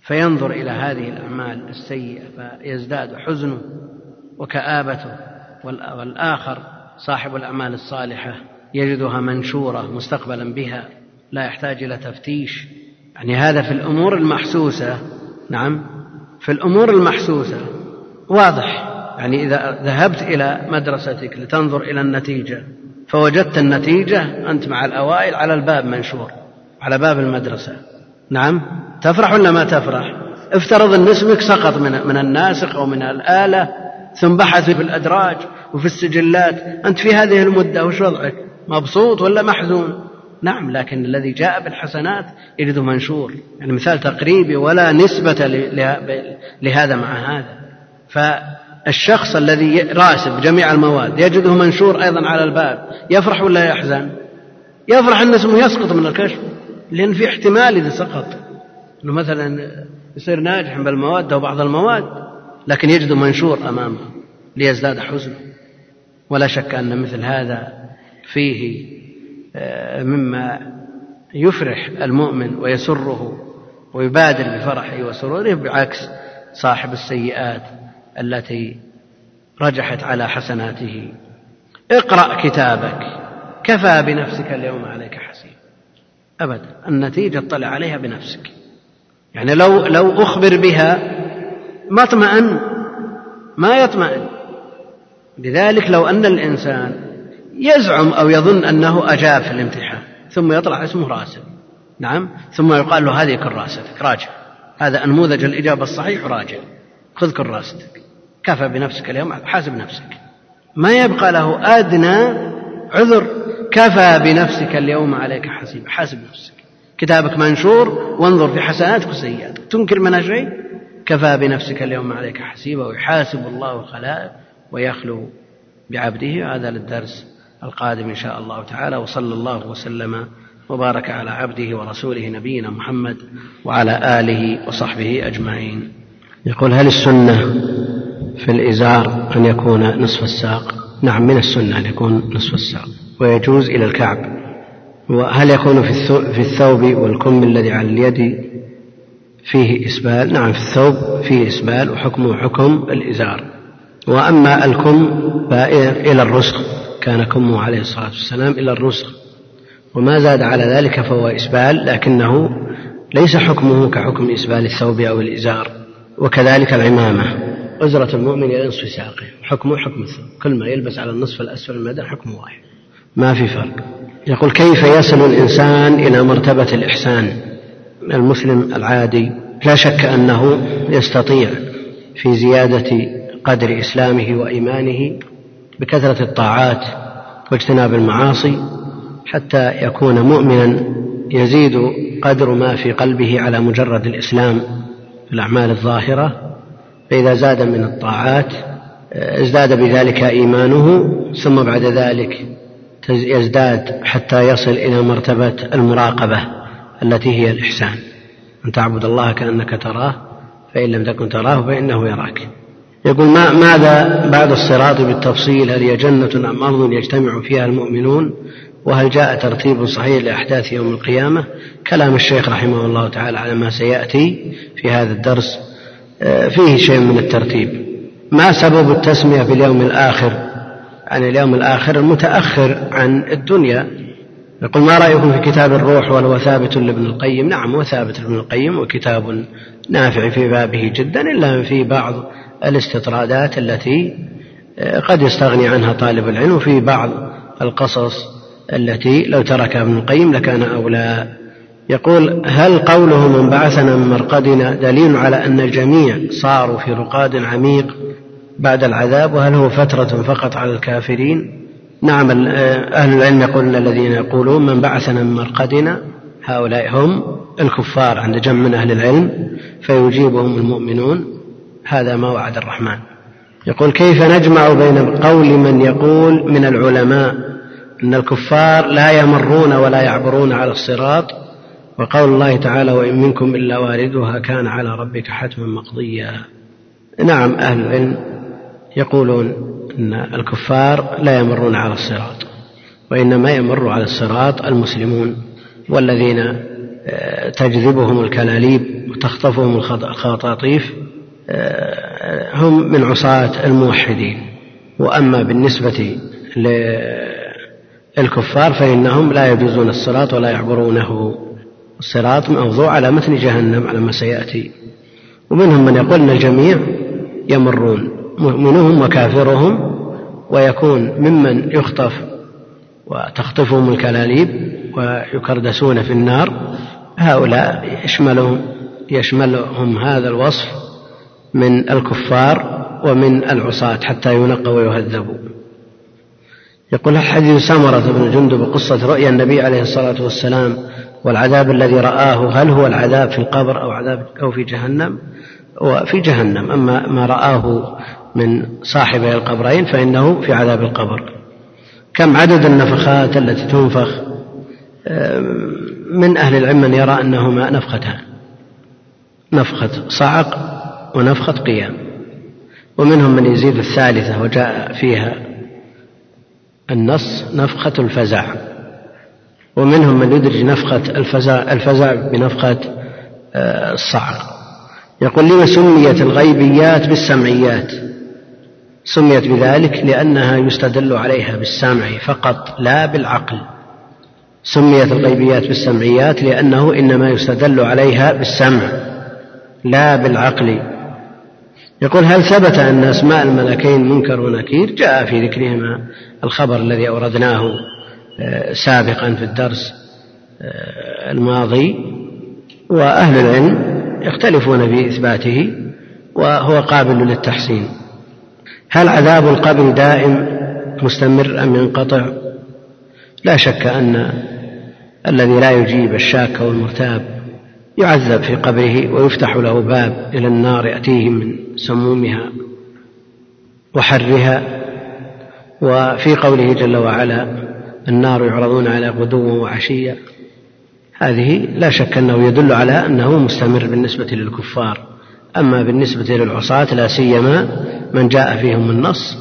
فينظر إلى هذه الأعمال السيئة فيزداد حزنه وكآبته، والآخر صاحب الأعمال الصالحة يجدها منشورة مستقبلا بها لا يحتاج إلى تفتيش. يعني هذا في الأمور المحسوسة. نعم، في الأمور المحسوسة واضح. يعني إذا ذهبت إلى مدرستك لتنظر إلى النتيجة فوجدت النتيجة، أنت مع الأوائل على الباب منشور على باب المدرسة، نعم، تفرح ولا ما تفرح؟ افترض أن اسمك سقط من الناسخ أو من الآلة، ثم بحث في الأدراج وفي السجلات، أنت في هذه المدة وش وضعك؟ مبسوط ولا محزون؟ نعم، لكن الذي جاء بالحسنات يجده منشور. يعني مثال تقريبي ولا نسبة لهذا مع هذا. فالشخص الذي راسب جميع المواد يجده منشور أيضا على الباب، يفرح ولا يحزن؟ يفرح أن اسمه يسقط من الكشف، لأن في احتمال إذا سقط أنه مثلا يصير ناجح بالمواد أو بعض المواد، لكن يجده منشور أمامه ليزداد حزنه. ولا شك أن مثل هذا فيه مما يفرح المؤمن ويسره ويبادر بفرحه وسروره، بعكس صاحب السيئات التي رجحت على حسناته. اقرأ كتابك كفى بنفسك اليوم عليك حسيب. أبدا، النتيجة اطلع عليها بنفسك. يعني لو أخبر بها ما يطمئن. لذلك لو أن الإنسان يزعم أو يظن أنه أجاب في الامتحان ثم يطلع اسمه راسب، نعم، ثم يقال له هذه كراستك، راجع، هذا أنموذج الإجابة الصحيح، راجع، خذ كراستك، كفى بنفسك اليوم، حاسب نفسك، ما يبقى له أدنى عذر. كفى بنفسك اليوم عليك حسيب، حاسب نفسك، كتابك منشور، وانظر في حسناتك وسيئاتك، تنكر منها شيء؟ كفى بنفسك اليوم عليك حسيبا، ويحاسب الله الخلائق ويخلو بعبده. هذا للدرس القادم إن شاء الله تعالى. وصلى الله وسلم وبارك على عبده ورسوله نبينا محمد وعلى آله وصحبه أجمعين. يقول: هل السنة في الإزار أن يكون نصف الساق؟ نعم، من السنة أن يكون نصف الساق ويجوز إلى الكعب. وهل يكون في الثوب والكم الذي على اليد فيه إسبال؟ نعم، في الثوب فيه إسبال وحكمه حكم الإزار. وأما الكم إلى الرسغ، كان كمه عليه الصلاة والسلام إلى الرسغ، وما زاد على ذلك فهو إسبال، لكنه ليس حكمه كحكم إسبال الثوب أو الإزار. وكذلك العمامة، أزرة المؤمن إلى نصف ساقه، حكمه حكم الثوب، كل ما يلبس على النصف الأسفل المدى حكمه واحد، ما في فرق. يقول: كيف يصل الإنسان إلى مرتبة الإحسان؟ المسلم العادي لا شك أنه يستطيع في زيادة قدر إسلامه وإيمانه بكثرة الطاعات واجتناب المعاصي، حتى يكون مؤمنا يزيد قدر ما في قلبه على مجرد الإسلام في الأعمال الظاهرة. فإذا زاد من الطاعات ازداد بذلك إيمانه، ثم بعد ذلك يزداد حتى يصل إلى مرتبة المراقبة التي هي الإحسان، أن تعبد الله كأنك تراه، فإن لم تكن تراه فإنه يراك. يقول: ماذا بعد الصراط بالتفصيل؟ هل هي جنة أم أرض يجتمع فيها المؤمنون؟ وهل جاء ترتيب صحيح لأحداث يوم القيامة؟ كلام الشيخ رحمه الله تعالى على ما سيأتي في هذا الدرس فيه شيء من الترتيب. ما سبب التسمية باليوم الآخر؟ عن اليوم الآخر المتأخر عن الدنيا. يقول: ما رأيكم في كتاب الروح وهل هو ثابت لابن القيم؟ نعم، هو ثابت لابن القيم، وكتاب نافع في بابه جدا، إلا في بعض الاستطرادات التي قد يستغني عنها طالب العلم، وفي بعض القصص التي لو تركها ابن القيم لكان أولى. يقول: هل قوله من بعثنا من مرقدنا دليل على أن الجميع صاروا في رقاد عميق بعد العذاب، وهل هو فترة فقط على الكافرين؟ نعم، أهل العلم يقولون الذين يقولون من بعثنا من مرقدنا هؤلاء هم الكفار عند جمع من أهل العلم، فيجيبهم المؤمنون هذا ما وعد الرحمن. يقول: كيف نجمع بين قول من يقول من العلماء أن الكفار لا يمرون ولا يعبرون على الصراط، وقول الله تعالى: وإن منكم إلا واردها كان على ربك حتما مقضيا؟ نعم، أهل العلم يقولون أن الكفار لا يمرون على الصراط، وإنما يمر على الصراط المسلمون، والذين تجذبهم الكلاليب وتخطفهم الخطاطيف هم من عصاة الموحدين. وأما بالنسبة للكفار فإنهم لا يجوزون الصراط ولا يعبرونه. الصراط موضوع على متن جهنم على ما سيأتي. ومنهم من يقول أن الجميع يمرون مؤمنهم وكافرهم، ويكون ممن يخطف وتخطفهم الكلاليب ويكردسون في النار هؤلاء يشملهم هذا الوصف من الكفار ومن العصاة حتى ينقوا ويهذبوا. يقول حديث سمرة بن جندب قصة رؤيا النبي عليه الصلاة والسلام والعذاب الذي رآه، هل هو العذاب في القبر أو في جهنم؟ وفي جهنم. أما ما رآه من صاحبي القبرين فإنه في عذاب القبر. كم عدد النفخات التي تنفخ؟ من أهل العلم من يرى أنهما نفختان، نفخة صعق ونفخة قيام، ومنهم من يزيد الثالثة وجاء فيها النص نفخة الفزع، ومنهم من يدرج نفخة الفزع بنفخة الصعق. يقول لما سميت الغيبيات بالسمعيات؟ سميت بذلك لأنها يستدل عليها بالسمع فقط لا بالعقل. سميت الغيبيات بالسمعيات لأنه إنما يستدل عليها بالسمع لا بالعقل. يقول هل ثبت أن أسماء الملكين منكر ونكير؟ جاء في ذكرهما الخبر الذي أوردناه سابقا في الدرس الماضي، وأهل العلم يختلفون في إثباته وهو قابل للتحسين. هل عذاب القبر دائم مستمر أم ينقطع؟ لا شك أن الذي لا يجيب الشاك والمرتاب يعذب في قبره ويفتح له باب إلى النار يأتيه من سمومها وحرها. وفي قوله جل وعلا النار يعرضون على غدو وعشية، هذه لا شك أنه يدل على أنه مستمر بالنسبة للكفار. أما بالنسبة للعصاة لا سيما من جاء فيهم النص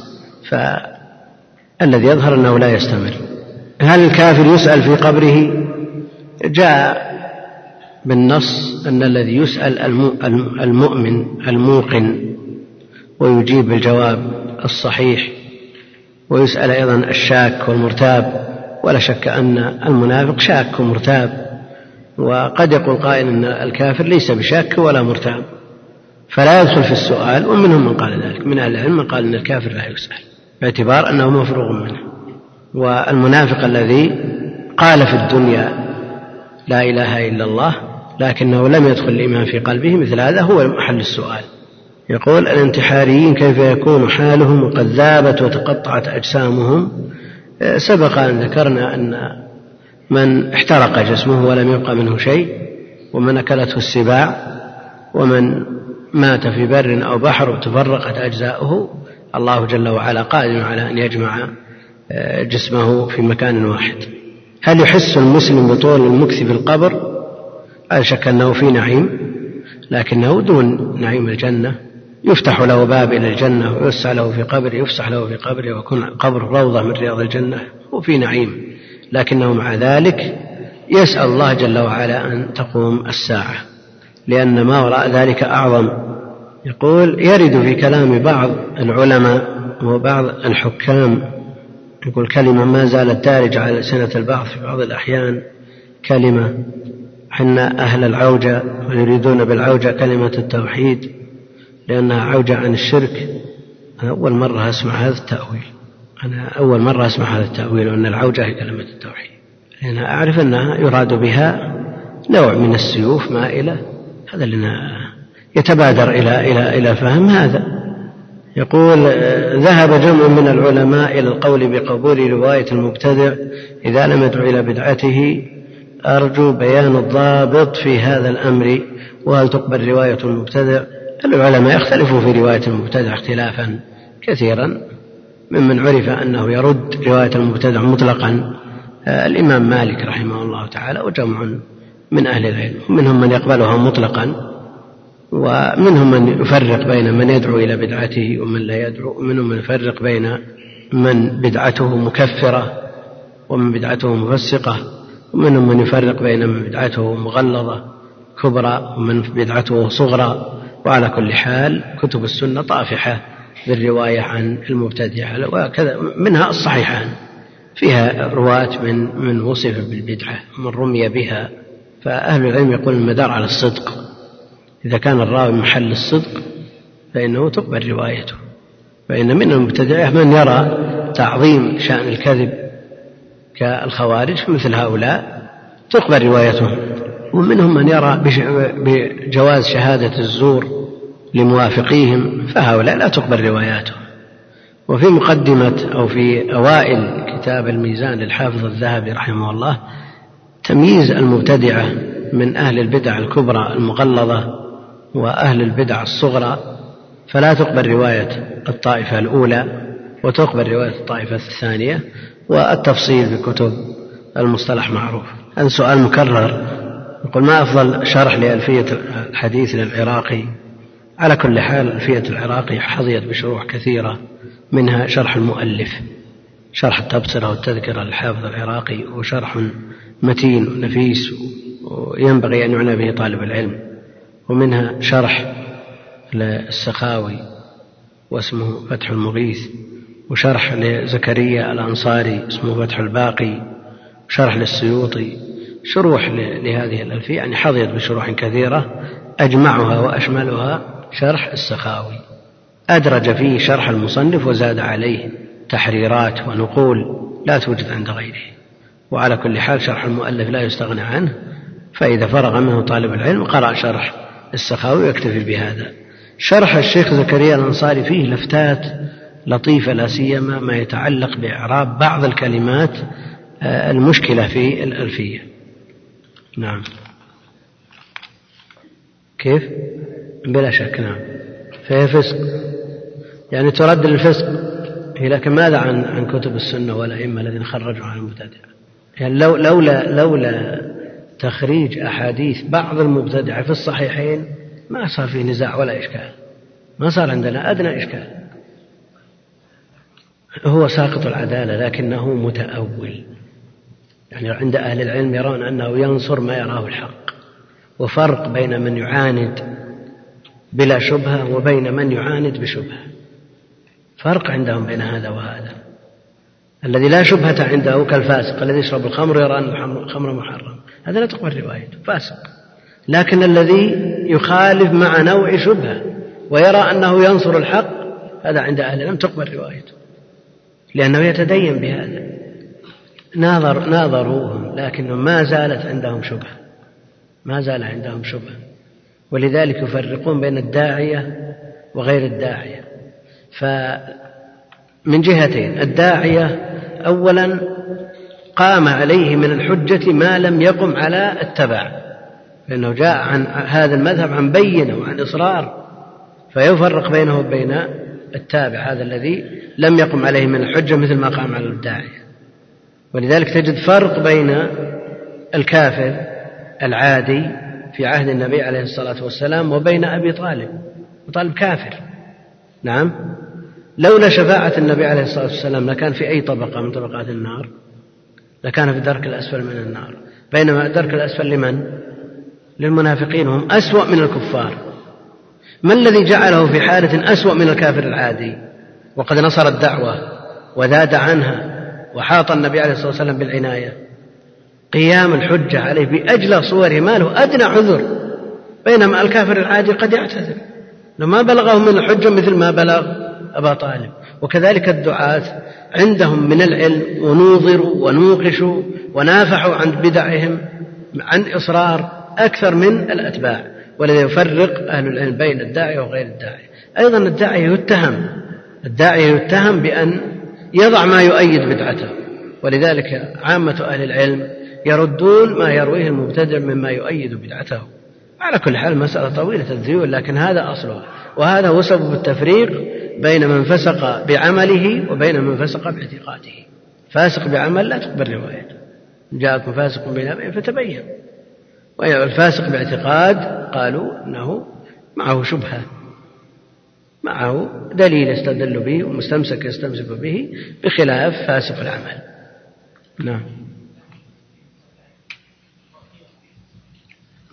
فالذي يظهر أنه لا يستمر. هل الكافر يسأل في قبره؟ جاء بالنص أن الذي يسأل المؤمن الموقن ويجيب الجواب الصحيح، ويسأل أيضا الشاك والمرتاب. ولا شك أن المنافق شاك ومرتاب، وقد يقول قائل أن الكافر ليس بشاك ولا مرتاب فلا يدخل في السؤال. ومنهم من قال ذلك من أهل العلم، من قال أن الكافر لا يسأل باعتبار أنه مفروغ منه. والمنافق الذي قال في الدنيا لا إله إلا الله لكنه لم يدخل الإيمان في قلبه، مثل هذا هو محل السؤال. يقول الانتحاريين كيف يكون حالهم وقد ذابت وتقطعت أجسامهم؟ سبق أن ذكرنا أن من احترق جسمه ولم يبقى منه شيء، ومن أكلته السباع، ومن مات في بر أو بحر وتفرقت أجزاؤه، الله جل وعلا قادر على أن يجمع جسمه في مكان واحد. هل يحس المسلم بطول المكث في القبر؟ لا شك أنه في نعيم، لكنه دون نعيم الجنة. يفتح له باب إلى الجنة ويوسع له في قبره، يفسح له في قبره ويكون قبر روضة من رياض الجنة وفي نعيم، لكنه مع ذلك يسأل الله جل وعلا أن تقوم الساعة لأن ما وراء ذلك أعظم. يقول يرد في كلام بعض العلماء وبعض الحكام، يقول كلمة ما زالت دارجة على سنة البعض في بعض الأحيان، كلمة حن أهل العوجة ويريدون بالعوجة كلمة التوحيد لأنها عوجة عن الشرك. أنا أول مرة أسمع هذا التأويل وأن العوجة هي كلمة التوحيد، لأن أعرف أنها يراد بها نوع من السيوف مائلة، هذا لنا يتبادر إلى فهم هذا. يقول ذهب جمع من العلماء إلى القول بقبول رواية المبتدع إذا لم يدعو إلى بدعته، أرجو بيان الضابط في هذا الأمر، وهل تقبل رواية المبتدع؟ العلماء يختلفوا في رواية المبتدع اختلافا كثيرا، ممن عرف أنه يرد رواية المبتدع مطلقا الإمام مالك رحمه الله تعالى وجمع من أهل العلم، منهم من يقبلها مطلقا، ومنهم من يفرق بين من يدعو إلى بدعته ومن لا يدعو، ومنهم من يفرق بين من بدعته مكفرة ومن بدعته مفسقة، ومنهم من يفرق بين من بدعته مغلظة كبرى ومن بدعته صغرى. وعلى كل حال كتب السنة طافحة بالرواية عن المبتدعة، وكذا منها الصحيحان فيها رواة من وصف بالبدعة ومن رمي بها. فأهل العلم يقول المدار على الصدق، إذا كان الراوي محل الصدق فإنه تقبل روايته. فإن من المبتدعة من يرى تعظيم شأن الكذب كالخوارج مثل هؤلاء تقبل روايتهم، ومنهم من يرى بجواز شهادة الزور لموافقيهم، فهؤلاء لا تقبل رواياتهم. وفي مقدمة أو في أوائل كتاب الميزان للحافظ الذهبي رحمه الله تمييز المبتدعة من أهل البدع الكبرى المغلظة وأهل البدع الصغرى، فلا تقبل رواية الطائفة الأولى وتقبل رواية الطائفة الثانية، والتفصيل بكتب المصطلح معروف. هذا سؤال مكرر، يقول ما أفضل شرح لألفية الحديث للعراقي؟ على كل حال ألفية العراقي حظيت بشروح كثيرة، منها شرح المؤلف شرح التبصرة والتذكرة للحافظ العراقي، وشرح متين ونفيس وينبغي أن يعنى به طالب العلم. ومنها شرح للسخاوي واسمه فتح المغيث، وشرح لزكريا الأنصاري اسمه فتح الباقي، وشرح للسيوطي. شروح لهذه الألفية يعني حظيت بشروح كثيرة، أجمعها وأشملها شرح السخاوي، أدرج فيه شرح المصنف وزاد عليه تحريرات ونقول لا توجد عند غيره. وعلى كل حال شرح المؤلف لا يستغنى عنه، فإذا فرغ منه طالب العلم قرأ شرح السخاوي ويكتفي بهذا. شرح الشيخ زكريا الأنصاري فيه لفتات لطيفة، لا سيما ما يتعلق بإعراب بعض الكلمات المشكلة في الألفية. نعم. كيف؟ بلا شك. نعم. فهي فسق، يعني ترد للفسق. لكن ماذا عن كتب السنة والأئمة الذين خرجوا عن المبتدع؟ يعني لولا تخريج أحاديث بعض المبتدع في الصحيحين ما صار فيه نزاع ولا إشكال، ما صار عندنا أدنى إشكال. هو ساقط العدالة لكنه متأول، يعني عند أهل العلم يرون أنه ينصر ما يراه الحق. وفرق بين من يعاند بلا شبهة وبين من يعاند بشبهة، فرق عندهم بين هذا وهذا. الذي لا شبهة عنده كالفاسق الذي يشرب الخمر ويرى أن الخمر محرم، هذا لا تقبل روايته، فاسق. لكن الذي يخالف مع نوع شبهة ويرى أنه ينصر الحق، هذا عند أهل العلم تقبل روايته، لأنه يتدين بهذا. ناظروهم لكنهم ما زالت عندهم شبهة، ما زال عندهم شبهة. ولذلك يفرقون بين الداعية وغير الداعية. فمن جهتين: الداعية أولا قام عليه من الحجة ما لم يقم على التبع، لأنه جاء عن هذا المذهب عن بينة وعن إصرار، فيفرق بينه وبين التابع هذا الذي لم يقم عليه من الحجة مثل ما قام على الداعية. ولذلك تجد فرق بين الكافر العادي في عهد النبي عليه الصلاة والسلام وبين أبي طالب. طالب كافر، نعم، لولا شفاعة النبي عليه الصلاة والسلام لكان في أي طبقة من طبقات النار، لكان في الدرك الأسفل من النار. بينما الدرك الأسفل لمن؟ للمنافقين، هم أسوأ من الكفار. ما الذي جعله في حالة أسوأ من الكافر العادي وقد نصر الدعوة وذاد عنها وحاط النبي عليه الصلاة والسلام بالعناية؟ قيام الحجة عليه بأجلى صوره، ما له أدنى عذر، بينما الكافر العادي قد يعتذر لما بلغهم من الحجة مثل ما بلغ أبا طالب. وكذلك الدعاة عندهم من العلم ونوظروا ونوقشوا ونافحوا عن بدعهم عن إصرار أكثر من الأتباع. ولذا يفرق أهل العلم بين الداعية وغير الداعية. أيضا الداعية يتهم بأن يضع ما يؤيد بدعته، ولذلك عامة أهل العلم يردون ما يرويه المبتدع مما يؤيد بدعته. على كل حال مسألة طويلة الذيول، لكن هذا أصلها، وهذا هو سبب التفريق بين من فسق بعمله وبين من فسق باعتقاده. فاسق بعمل لا تقبل روايته، جاءكم فاسق بنبأ فتبين. والفاسق باعتقاد قالوا أنه معه شبهة، معه دليل يستدل به ومستمسك يستمسك به، بخلاف فاسق العمل. نعم.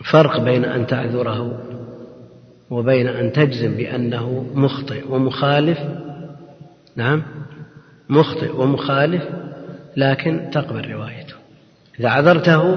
فرق بين أن تعذره وبين أن تجزم بأنه مخطئ ومخالف. نعم، مخطئ ومخالف لكن تقبل روايته. إذا عذرته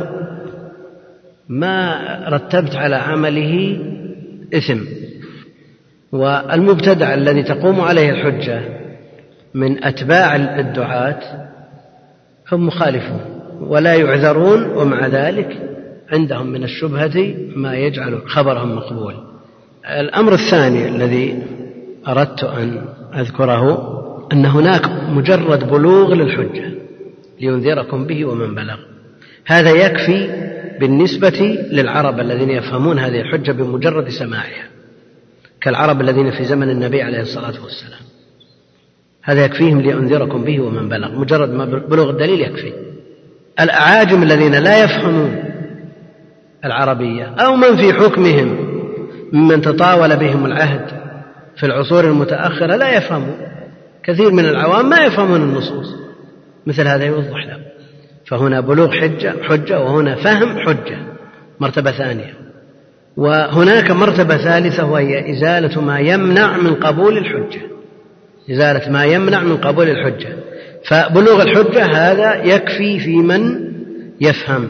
ما رتبت على عمله إثم. والمبتدع الذي تقوم عليه الحجة من أتباع الدعاة هم مخالفون ولا يعذرون، ومع ذلك عندهم من الشبهة ما يجعل خبرهم مقبول. الأمر الثاني الذي أردت أن أذكره أن هناك مجرد بلوغ للحجة لينذركم به ومن بلغ، هذا يكفي بالنسبة للعرب الذين يفهمون هذه الحجة بمجرد سماعها، كالعرب الذين في زمن النبي عليه الصلاة والسلام، هذا يكفيهم لينذركم به ومن بلغ، مجرد ما بلوغ الدليل يكفي. الأعاجم الذين لا يفهمون العربية أو من في حكمهم ممن تطاول بهم العهد في العصور المتأخرة لا يفهمون، كثير من العوام ما يفهمون النصوص، مثل هذا يوضح له. فهنا بلوغ حجة وهنا فهم حجة، مرتبة ثانية. وهناك مرتبة ثالثة وهي إزالة ما يمنع من قبول الحجة، إزالة ما يمنع من قبول الحجة. فبلوغ الحجة هذا يكفي في من يفهم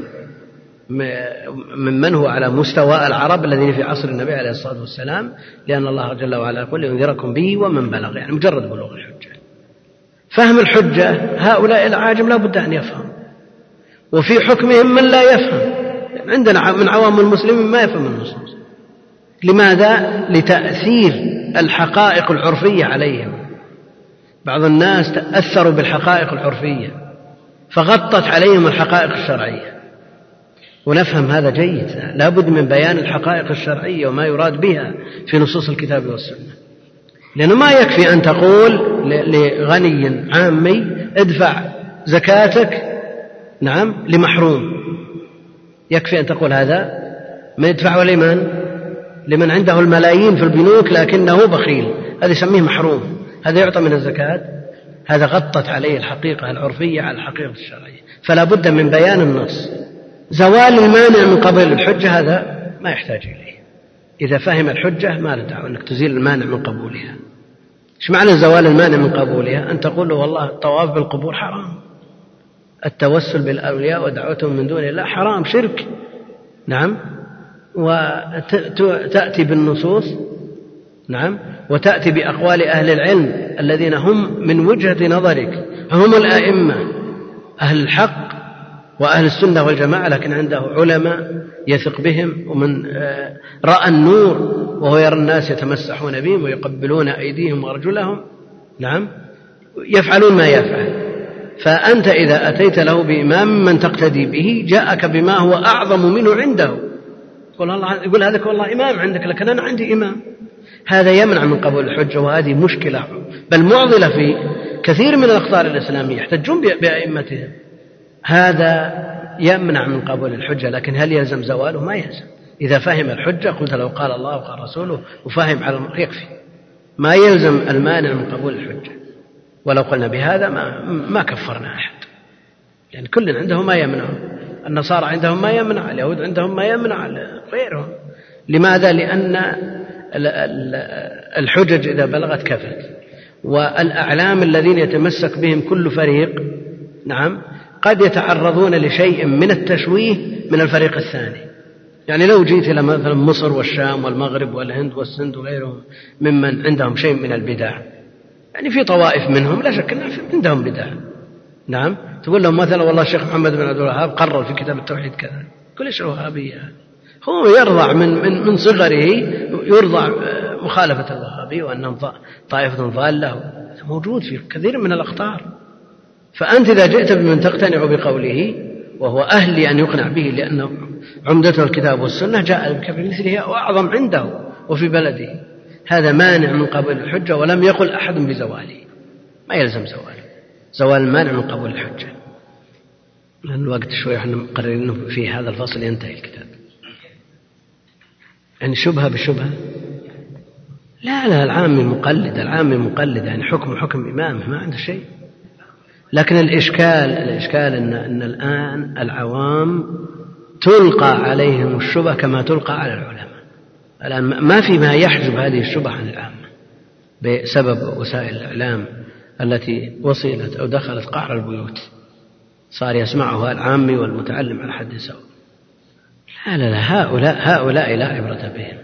ممن هو على مستوى العرب الذين في عصر النبي عليه الصلاة والسلام، لأن الله جل وعلا يقول ينذركم به ومن بلغ، يعني مجرد بلوغ الحجة. فهم الحجة هؤلاء العاجم لا بد أن يفهم، وفي حكمهم من لا يفهم. عندنا من عوام المسلمين ما يفهم النصوص. لماذا؟ لتأثير الحقائق العرفية عليهم. بعض الناس تأثروا بالحقائق العرفية فغطت عليهم الحقائق الشرعية، ونفهم هذا جيد. لا بد من بيان الحقائق الشرعية وما يراد بها في نصوص الكتاب والسنة، لأنه ما يكفي أن تقول لغني عامي ادفع زكاتك نعم لمحروم، يكفي أن تقول هذا ما يدفعه لمن عنده الملايين في البنوك لكنه بخيل، هذا يسميه محروم، هذا يعطى من الزكاة. هذا غطت عليه الحقيقة العرفية على الحقيقة الشرعية، فلا بد من بيان النص. زوال المانع من قبول الحجة هذا ما يحتاج إليه، إذا فهم الحجة ما له أنك تزيل المانع من قبولها. إيش معنى زوال المانع من قبولها؟ أن تقول له والله الطواف بالقبور حرام، التوسل بالأولياء ودعوتهم من دون الله حرام، شرك. نعم، وتأتي بالنصوص نعم، وتأتي بأقوال أهل العلم الذين هم من وجهة نظرك هم الأئمة أهل الحق وأهل السنة والجماعة، لكن عنده علماء يثق بهم ومن رأى النور وهو يرى الناس يتمسحون بهم ويقبلون أيديهم وأرجلهم نعم، يفعلون ما يفعل. فأنت إذا أتيت له بإمام من تقتدي به جاءك بما هو أعظم منه عنده، يقول هذاك والله إمام عندك لكن أنا عندي إمام، هذا يمنع من قبول الحجة، وهذه مشكلة بل معضلة في كثير من الأقطار الإسلامية يحتجون بأئمتهم. هذا يمنع من قبول الحجة، لكن هل يلزم زواله؟ ما يلزم. إذا فهم الحجة قلت لو قال الله وقال رسوله وفهم على يكفي، ما يلزم المانع من قبول الحجة. ولو قلنا بهذا ما كفرنا أحد، يعني كل عندهم ما يمنع، النصارى عندهم ما يمنع، اليهود عندهم ما يمنع، غيرهم. لماذا؟ لأن الحجج إذا بلغت كفت، والأعلام الذين يتمسك بهم كل فريق نعم قد يتعرضون لشيء من التشويه من الفريق الثاني. يعني لو جيت إلى مثلا مصر والشام والمغرب والهند والسند وغيرهم ممن عندهم شيء من البدع، يعني في طوائف منهم لا شك أن عندهم بدع نعم، تقول لهم مثلا والله الشيخ محمد بن عبد الوهاب قرر في كتاب التوحيد كذا، كل شيء وهابية، هو يرضع من صغره يرضع مخالفة الوهابية وأنهم طائفة ضالة، موجود في كثير من الأقطار. فأنت إذا جئت بمن تقتنع بقوله وهو أهل أن يقنع به لأنه عمدته الكتاب والسنة جاء بك بمثله وأعظم عنده وفي بلده، هذا مانع من قبول الحجة، ولم يقل أحد بزواله، ما يلزم زوال المانع من قبول الحجة. لأن الوقت شوي احنا مقررين في هذا الفصل ينتهي الكتاب. يعني شبهة بشبهة لا العام مقلد يعني حكم إمامه ما عنده شيء. لكن الإشكال أن الآن العوام تلقى عليهم الشبه كما تلقى على العلماء. الآن ما في ما يحجب هذه الشبه عن العامة بسبب وسائل الإعلام التي وصلت أو دخلت قعر البيوت، صار يسمعها العامي والمتعلم على حد سواء. لا هؤلاء لا عبرة بهم،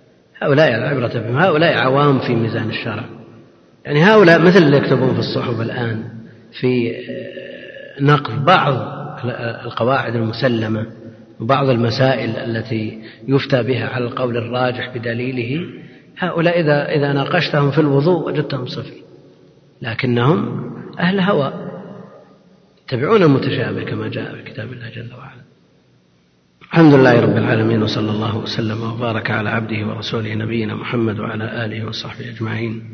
هؤلاء عوام في ميزان الشرع. يعني هؤلاء مثل اللي يكتبون في الصحف الآن في نقد بعض القواعد المسلمة وبعض المسائل التي يفتى بها على القول الراجح بدليله. هؤلاء إذا ناقشتهم في الوضوء وجدتهم صفر، لكنهم أهل هوى يتبعون المتشابه كما جاء في كتاب الله جل وعلا. الحمد لله رب العالمين، وصلى الله وسلم وبارك على عبده ورسوله نبينا محمد وعلى آله وصحبه أجمعين.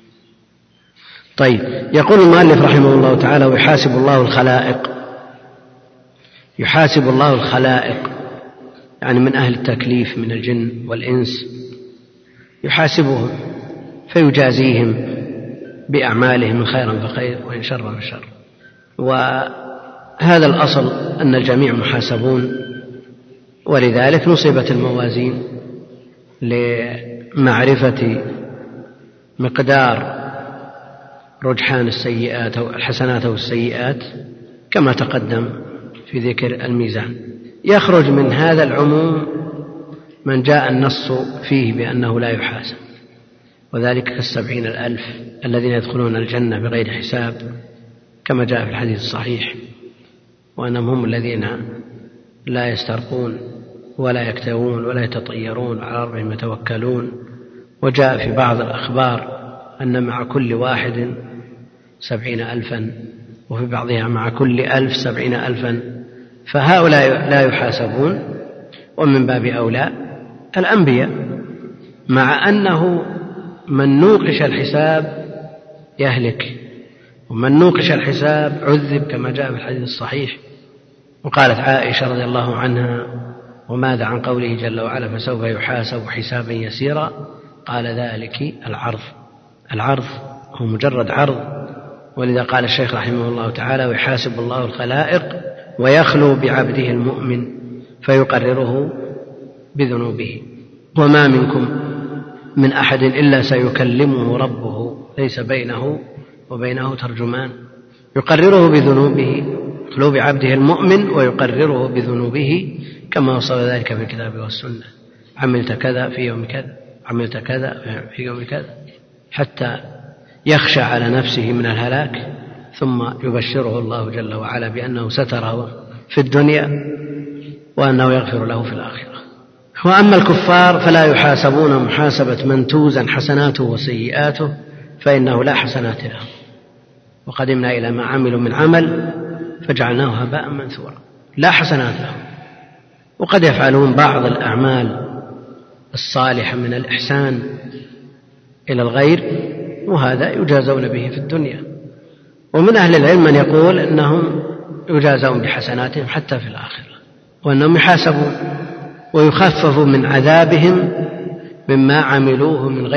طيب، يقول المؤلف رحمه الله تعالى: ويحاسب الله الخلائق. يحاسب الله الخلائق يعني من أهل التكليف من الجن والإنس، يحاسبهم فيجازيهم بأعمالهم من خيرا فخير وإن شرا فشر. وهذا الأصل أن الجميع محاسبون، ولذلك نصبت الموازين لمعرفة مقدار رجحان السيئات أو الحسنات أو السيئات كما تقدم في ذكر الميزان. يخرج من هذا العموم من جاء النص فيه بأنه لا يحاسب، وذلك ك70,000 الذين يدخلون الجنة بغير حساب كما جاء في الحديث الصحيح، وأنهم هم الذين لا يسترقون ولا يكتوون ولا يتطيرون على ربهم يتوكلون. وجاء في بعض الأخبار أن مع كل واحد 70,000، وفي بعضها مع كل 1000 70,000. فهؤلاء لا يحاسبون. ومن باب أولى الأنبياء، مع أنه من نوقش الحساب يهلك، ومن نوقش الحساب عذب كما جاء في الحديث الصحيح. وقالت عائشة رضي الله عنها: وماذا عن قوله جل وعلا فسوف يحاسب حسابا يسيرا؟ قال: ذلك العرض هو مجرد عرض. ولذا قال الشيخ رحمه الله تعالى: ويحاسب الله الخلائق ويخلو بعبده المؤمن فيقرره بذنوبه. وما منكم من أحد إلا سيكلمه ربه ليس بينه وبينه ترجمان. يقرره بذنوبه، يخلو بعبده المؤمن ويقرره بذنوبه كما وصف ذلك في الكتاب والسنة: عملت كذا في يوم كذا، عملت كذا في يوم كذا، حتى يخشى على نفسه من الهلاك، ثم يبشره الله جل وعلا بأنه ستره في الدنيا وأنه يغفر له في الآخرة. وأما الكفار فلا يحاسبون محاسبة من توزن حسناته وسيئاته، فإنه لا حسنات لهم، وقدمنا إلى ما عملوا من عمل فجعلناه هباء منثورا. لا حسنات لهم. وقد يفعلون بعض الأعمال الصالحة من الإحسان إلى الغير، وهذا يجازون به في الدنيا. ومن أهل العلم من يقول أنهم يجازون بحسناتهم حتى في الآخرة، وأنهم يحاسبون ويخفف من عذابهم مما عملوه من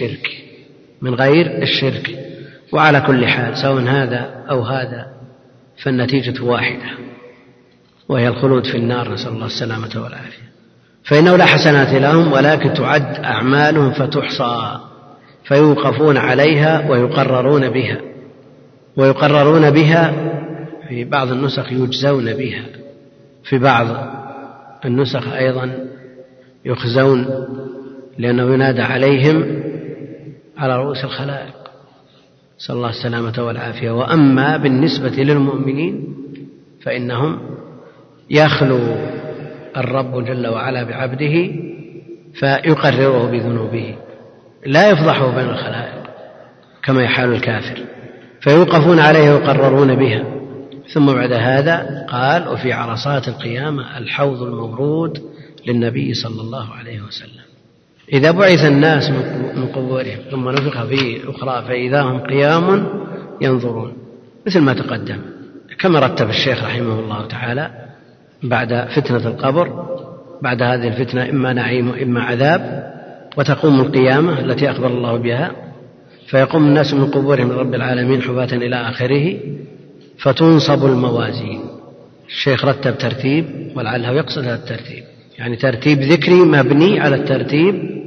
غير الشرك. وعلى كل حال سواء هذا أو هذا فالنتيجة واحدة، وهي الخلود في النار، نسأل الله السلامة والعافية. فإنه لا حسنات لهم، ولكن تعد أعمالهم فتحصى فيوقفون عليها ويقررون بها. في بعض النسخ يجزون بها، في بعض النسخ أيضا يخزون، لأنه ينادى عليهم على رؤوس الخلائق، نسأل الله السلامة والعافية. وأما بالنسبة للمؤمنين فإنهم يخلو الرب جل وعلا بعبده فيقرره بذنوبه، لا يفضحه بين الخلائق كما يحال الكافر، فيوقفون عليه ويقررون بها. ثم بعد هذا قال: وفي عرصات القيامة الحوض المورود للنبي صلى الله عليه وسلم. إذا بعث الناس من قبورهم ثم نفخ في أخرى فإذا هم قيام ينظرون، مثل ما تقدم، كما رتب الشيخ رحمه الله تعالى بعد فتنة القبر، بعد هذه الفتنة إما نعيم وإما عذاب، وتقوم القيامة التي أخبر الله بها، فيقوم الناس من قبورهم لرب العالمين حفاة إلى آخره، فتنصب الموازين الشيخ رتب ترتيب ولعله يقصد هذا الترتيب، يعني ترتيب ذكري مبني على الترتيب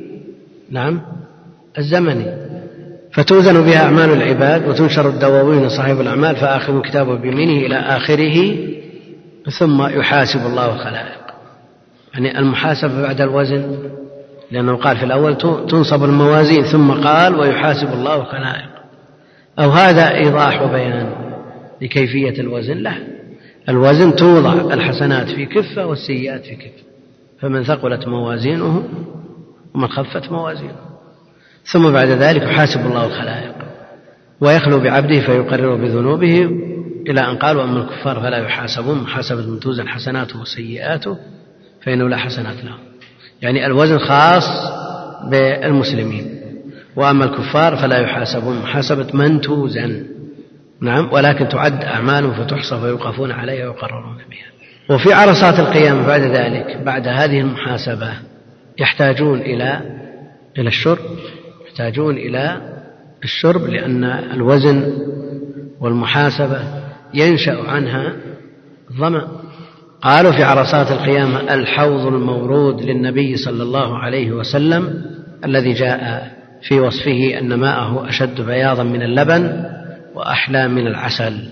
الزمني. فتوزن بها أعمال العباد وتنشر الدواوين صاحب الأعمال فآخذ كتابه بيمينه إلى آخره ثم يحاسب الله الخلائق. يعني المحاسبة بعد الوزن، لأنه قال في الأول تنصب الموازين ثم قال ويحاسب الله الخلائق، أو هذا إيضاح وبيان لكيفية الوزن؟ لا، الوزن توضع الحسنات في كفة والسيئات في كفة، فمن ثقلت موازينه ومن خفت موازينه، ثم بعد ذلك يحاسب الله الخلائق ويخلو بعبده فيقرر بذنوبه إلى أن قال وأما الكفار فلا يحاسبون محاسبة من توزن حسناته وسيئاته فإنه لا حسنات لهم. يعني الوزن خاص بالمسلمين، وأما الكفار فلا يحاسبون محاسبة من توزن، نعم، ولكن تعد أعمالهم فتحصى فيوقفون عليها ويقررون بها. وفي عرصات القيامة بعد ذلك بعد هذه المحاسبة يحتاجون إلى الشرب، يحتاجون إلى الشرب، لأن الوزن والمحاسبة ينشأ عنها الظمأ. قالوا في عرصات القيامة الحوض المورود للنبي صلى الله عليه وسلم الذي جاء في وصفه أن ماءه أشد بياضا من اللبن وأحلى من العسل،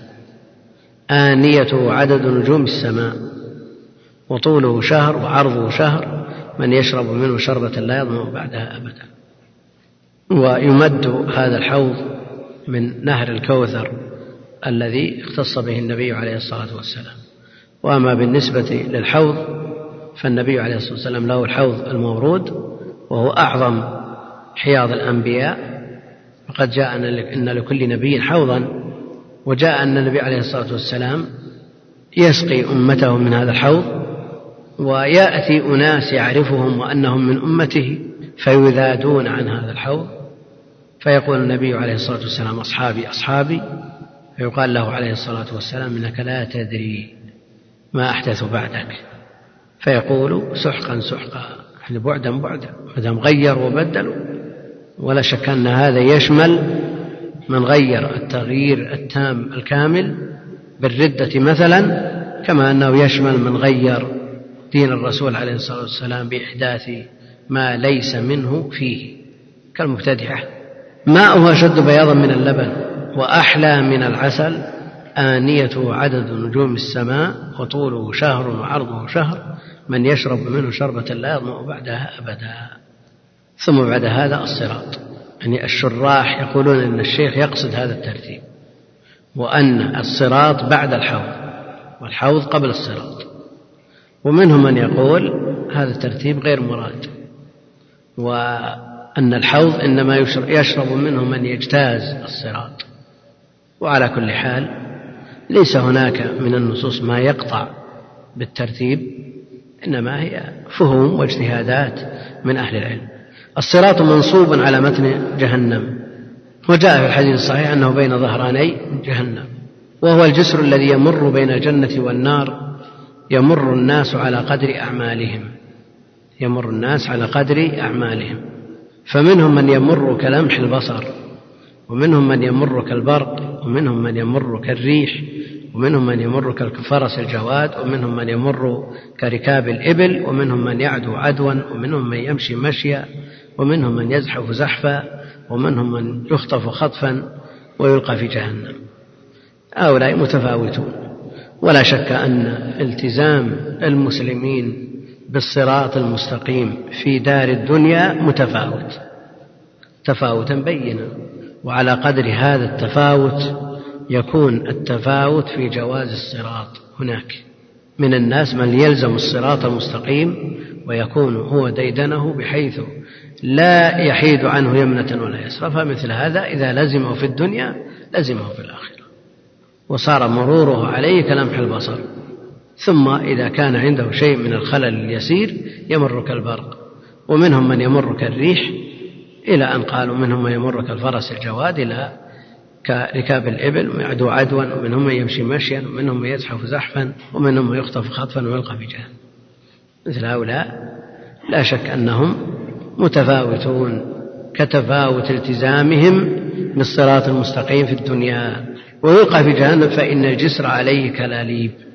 آنيته عدد نجوم السماء وطوله شهر وعرضه شهر، من يشرب منه شربة لا يظمأ بعدها أبدا. ويمد هذا الحوض من نهر الكوثر الذي اختص به النبي عليه الصلاة والسلام. وأما بالنسبة للحوض فالنبي عليه الصلاة والسلام له الحوض المورود وهو أعظم حياض الأنبياء، وقد جاء إن لكل نبي حوضا، وجاء أن النبي عليه الصلاة والسلام يسقي أمته من هذا الحوض، ويأتي أناس يعرفهم وأنهم من أمته فيذادون عن هذا الحوض، فيقول النبي عليه الصلاة والسلام أصحابي أصحابي، فيقال له عليه الصلاة والسلام إنك لا تدري ما أحدث بعدك، فيقول سحقا سحقا، يعني بعدا بعدا، مدام غيروا وبدلوا. ولا شك أن هذا يشمل من غير التغيير التام الكامل بالردة مثلا، كما أنه يشمل من غير دين الرسول عليه الصلاة والسلام بإحداث ما ليس منه فيه كالمبتدعة. ماؤه أشد بياضا من اللبن وأحلى من العسل، آنيته عدد نجوم السماء وطوله شهر وعرضه شهر، من يشرب منه شربة لا يظمأ بعدها أبدا. ثم بعد هذا الصراط. يعني الشراح يقولون أن الشيخ يقصد هذا الترتيب، وأن الصراط بعد الحوض والحوض قبل الصراط. ومنهم من يقول هذا الترتيب غير مراد، وأن الحوض إنما يشرب منه من يجتاز الصراط. وعلى كل حال ليس هناك من النصوص ما يقطع بالترتيب، إنما هي فهم واجتهادات من أهل العلم. الصراط منصوب على متن جهنم، وجاء في الحديث الصحيح أنه بين ظهراني جهنم، وهو الجسر الذي يمر بين الجنة والنار، يمر الناس على قدر أعمالهم، يمر الناس على قدر أعمالهم، فمنهم من يمر كلمح البصر، ومنهم من يمر كالبرق، ومنهم من يمر كالريح، ومنهم من يمر كالفرس الجواد، ومنهم من يمر كركاب الإبل، ومنهم من يعدو عدوا، ومنهم من يمشي مشيا، ومنهم من يزحف زحفا، ومنهم من يخطف خطفا ويلقى في جهنم. هؤلاء متفاوتون، ولا شك أن التزام المسلمين بالصراط المستقيم في دار الدنيا متفاوت تفاوتا بينا، وعلى قدر هذا التفاوت يكون التفاوت في جواز الصراط. هناك من الناس من يلزم الصراط المستقيم ويكون هو ديدنه بحيث لا يحيد عنه يمنة ولا يسرى، فمثل هذا إذا لزمه في الدنيا لزمه في الآخرة، وصار مروره عليه كلمح البصر. ثم إذا كان عنده شيء من الخلل اليسير يمر كالبرق، ومنهم من يمر كالريح، إلى أن قالوا منهم من يمر كالفرس الجواد إلى كركاب الإبل ويعدو عدوا، ومنهم من يمشي مشيا، ومنهم من يزحف زحفا، ومنهم من يخطف خطفا ويلقى في جهنم. مثل هؤلاء لا شك أنهم متفاوتون كتفاوت التزامهم بالصراط المستقيم في الدنيا، ويلقى في جهنم فإن الجسر عليه كلاليب،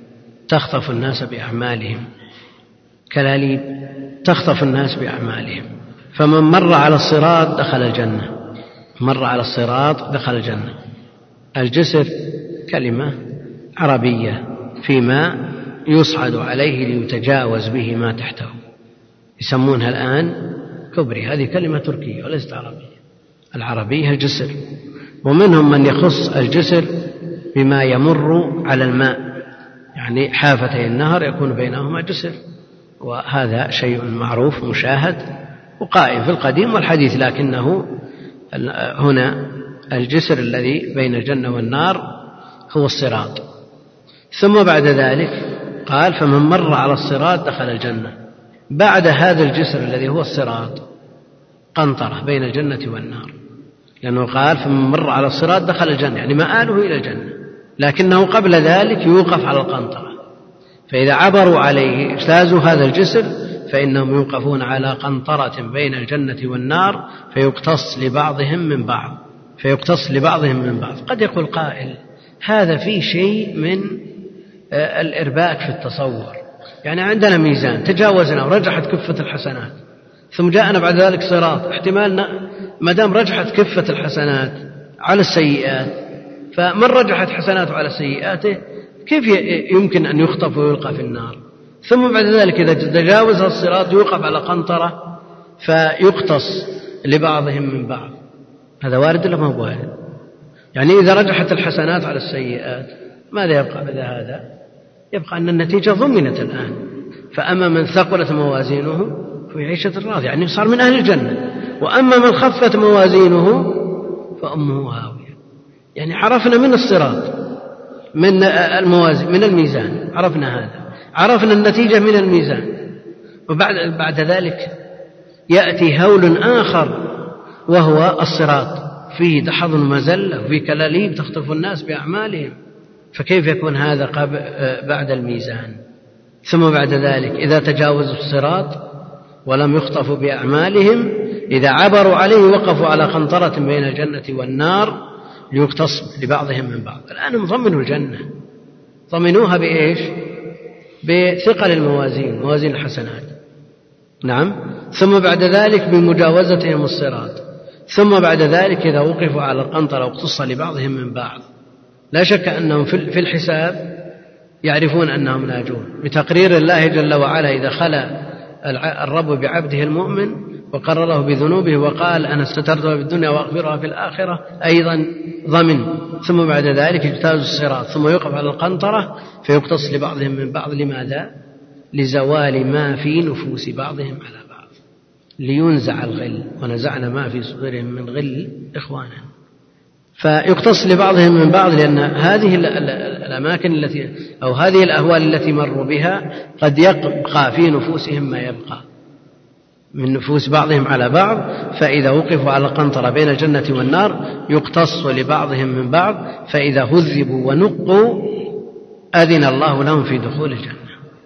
تخطف الناس بأعمالهم، كلاليب تخطف الناس بأعمالهم. فمن مر على الصراط دخل الجنة، مر على الصراط دخل الجنة. الجسر كلمة عربية فيما يصعد عليه ليتجاوز به ما تحته، يسمونها الآن كبري، هذه كلمة تركية وليست عربية. العربية الجسر، ومنهم من يخص الجسر بما يمر على الماء، يعني حافتي النهر يكون بينهما جسر، وهذا شيء معروف مشاهد وقائم في القديم والحديث، لكنه هنا الجسر الذي بين الجنة والنار هو الصراط. ثم بعد ذلك قال فمن مر على الصراط دخل الجنة. بعد هذا الجسر الذي هو الصراط قنطرة بين الجنة والنار، لأنه قال فمن مر على الصراط دخل الجنة، يعني مآله إلى الجنة، لكنه قبل ذلك يوقف على القنطرة. فإذا عبروا عليه اجتازوا هذا الجسر فإنهم يوقفون على قنطرة بين الجنة والنار فيقتص لبعضهم من بعض، فيقتص لبعضهم من بعض. قد يقول قائل هذا فيه شيء من الإرباك في التصور، يعني عندنا ميزان تجاوزنا ورجحت كفة الحسنات، ثم جاءنا بعد ذلك صراط، احتمالنا ما دام رجحت كفة الحسنات على السيئات، فمن رجحت حسناته على سيئاته كيف يمكن أن يخطف ويلقى في النار؟ ثم بعد ذلك إذا تجاوز الصراط يوقف على قنطرة فيقتص لبعضهم من بعض. هذا وارد ولا ما هو وارد؟ يعني إذا رجحت الحسنات على السيئات ماذا يبقى بعد هذا؟ يبقى أن النتيجة ضمنت الآن. فأما من ثقلت موازينه في عيشة راضية، يعني صار من أهل الجنة. وأما من خفت موازينه فأمه هاوية. يعني عرفنا من الصراط، من الموازين، من الميزان، عرفنا هذا، عرفنا النتيجة من الميزان. وبعد ذلك يأتي هول آخر وهو الصراط، فيه دحض مزلة وفيه كلاليب تخطف الناس بأعمالهم، فكيف يكون هذا بعد الميزان؟ ثم بعد ذلك إذا تجاوزوا الصراط ولم يخطفوا بأعمالهم، إذا عبروا عليه وقفوا على قنطرة بين الجنة والنار ليقتص لبعضهم من بعض. الآن مضمنوا الجنة، ضمنوها بإيش؟ بثقل الموازين، موازين الحسنات، نعم. ثم بعد ذلك بمجاوزتهم الصراط، ثم بعد ذلك إذا وقفوا على القنطرة واقتص لبعضهم من بعض. لا شك أنهم في الحساب يعرفون أنهم ناجون بتقرير الله جل وعلا. إذا خلى الرب بعبده المؤمن وقرره بذنوبه وقال أنا سترتها في الدنيا وأغفرها في الآخرة، أيضا ضمن. ثم بعد ذلك يجتاز الصراط ثم يوقف على القنطرة فيقتص لبعضهم من بعض. لماذا؟ لزوال ما في نفوس بعضهم على بعض، لينزع الغل، ونزعنا ما في صدورهم من غل إخوانا. فيقتص لبعضهم من بعض، لأن هذه الأماكن التي أو هذه الأهوال التي مروا بها قد يبقى في نفوسهم ما يبقى من نفوس بعضهم على بعض. فإذا وقفوا على قنطرة بين الجنة والنار يقتص لبعضهم من بعض، فإذا هذبوا ونقوا أذن الله لهم في دخول الجنة.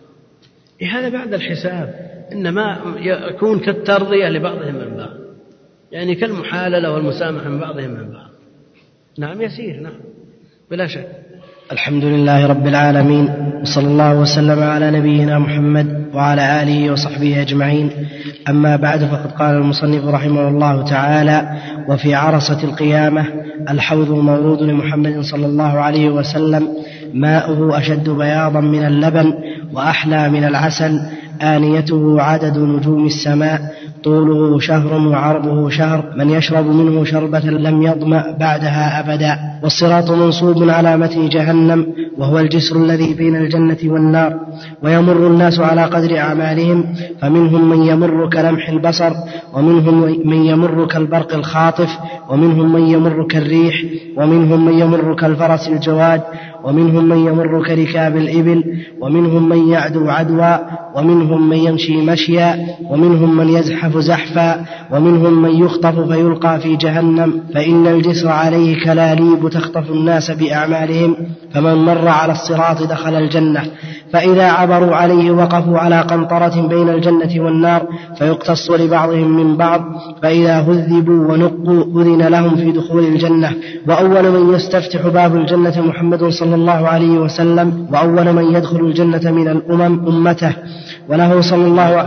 هذا بعد الحساب، إنما يكون كالترضية لبعضهم من بعض، يعني كالمحاللة والمسامحة من بعضهم من بعض. نعم يسير، نعم بلا شك. الحمد لله رب العالمين، وصلى الله وسلم على نبينا محمد وعلى آله وصحبه أجمعين. أما بعد، فقد قال المصنف رحمه الله تعالى: وفي عرصة القيامة الحوض مورود لمحمد صلى الله عليه وسلم، ماؤه أشد بياضا من اللبن وأحلى من العسل، آنيته عدد نجوم السماء، طوله شهر وعرضه شهر، من يشرب منه شربة لم يظمأ بعدها أبدا. والصراط منصوب على متن جهنم، وهو الجسر الذي بين الجنة والنار، ويمر الناس على قدر أعمالهم، فمنهم من يمر كلمح البصر، ومنهم من يمر كالبرق الخاطف، ومنهم من يمر كالريح، ومنهم من يمر كالفرس الجواد، ومنهم من يمر كركاب الإبل، ومنهم من يعدو عدوا، ومنهم من يمشي مشيا، ومنهم من يزحف زحفا، ومنهم من يخطف فيلقى في جهنم، فإن الجسر عليه كلاليب تخطف الناس بأعمالهم، فمن مر على الصراط دخل الجنة. فإذا عبروا عليه وقفوا على قنطرة بين الجنة والنار فيقتص لبعضهم من بعض، فإذا هذبوا ونقوا أذن لهم في دخول الجنة. وأول من يستفتح باب الجنة محمد صلى الله عليه وسلم، وأول من يدخل الجنة من الأمم أمته، وله صلى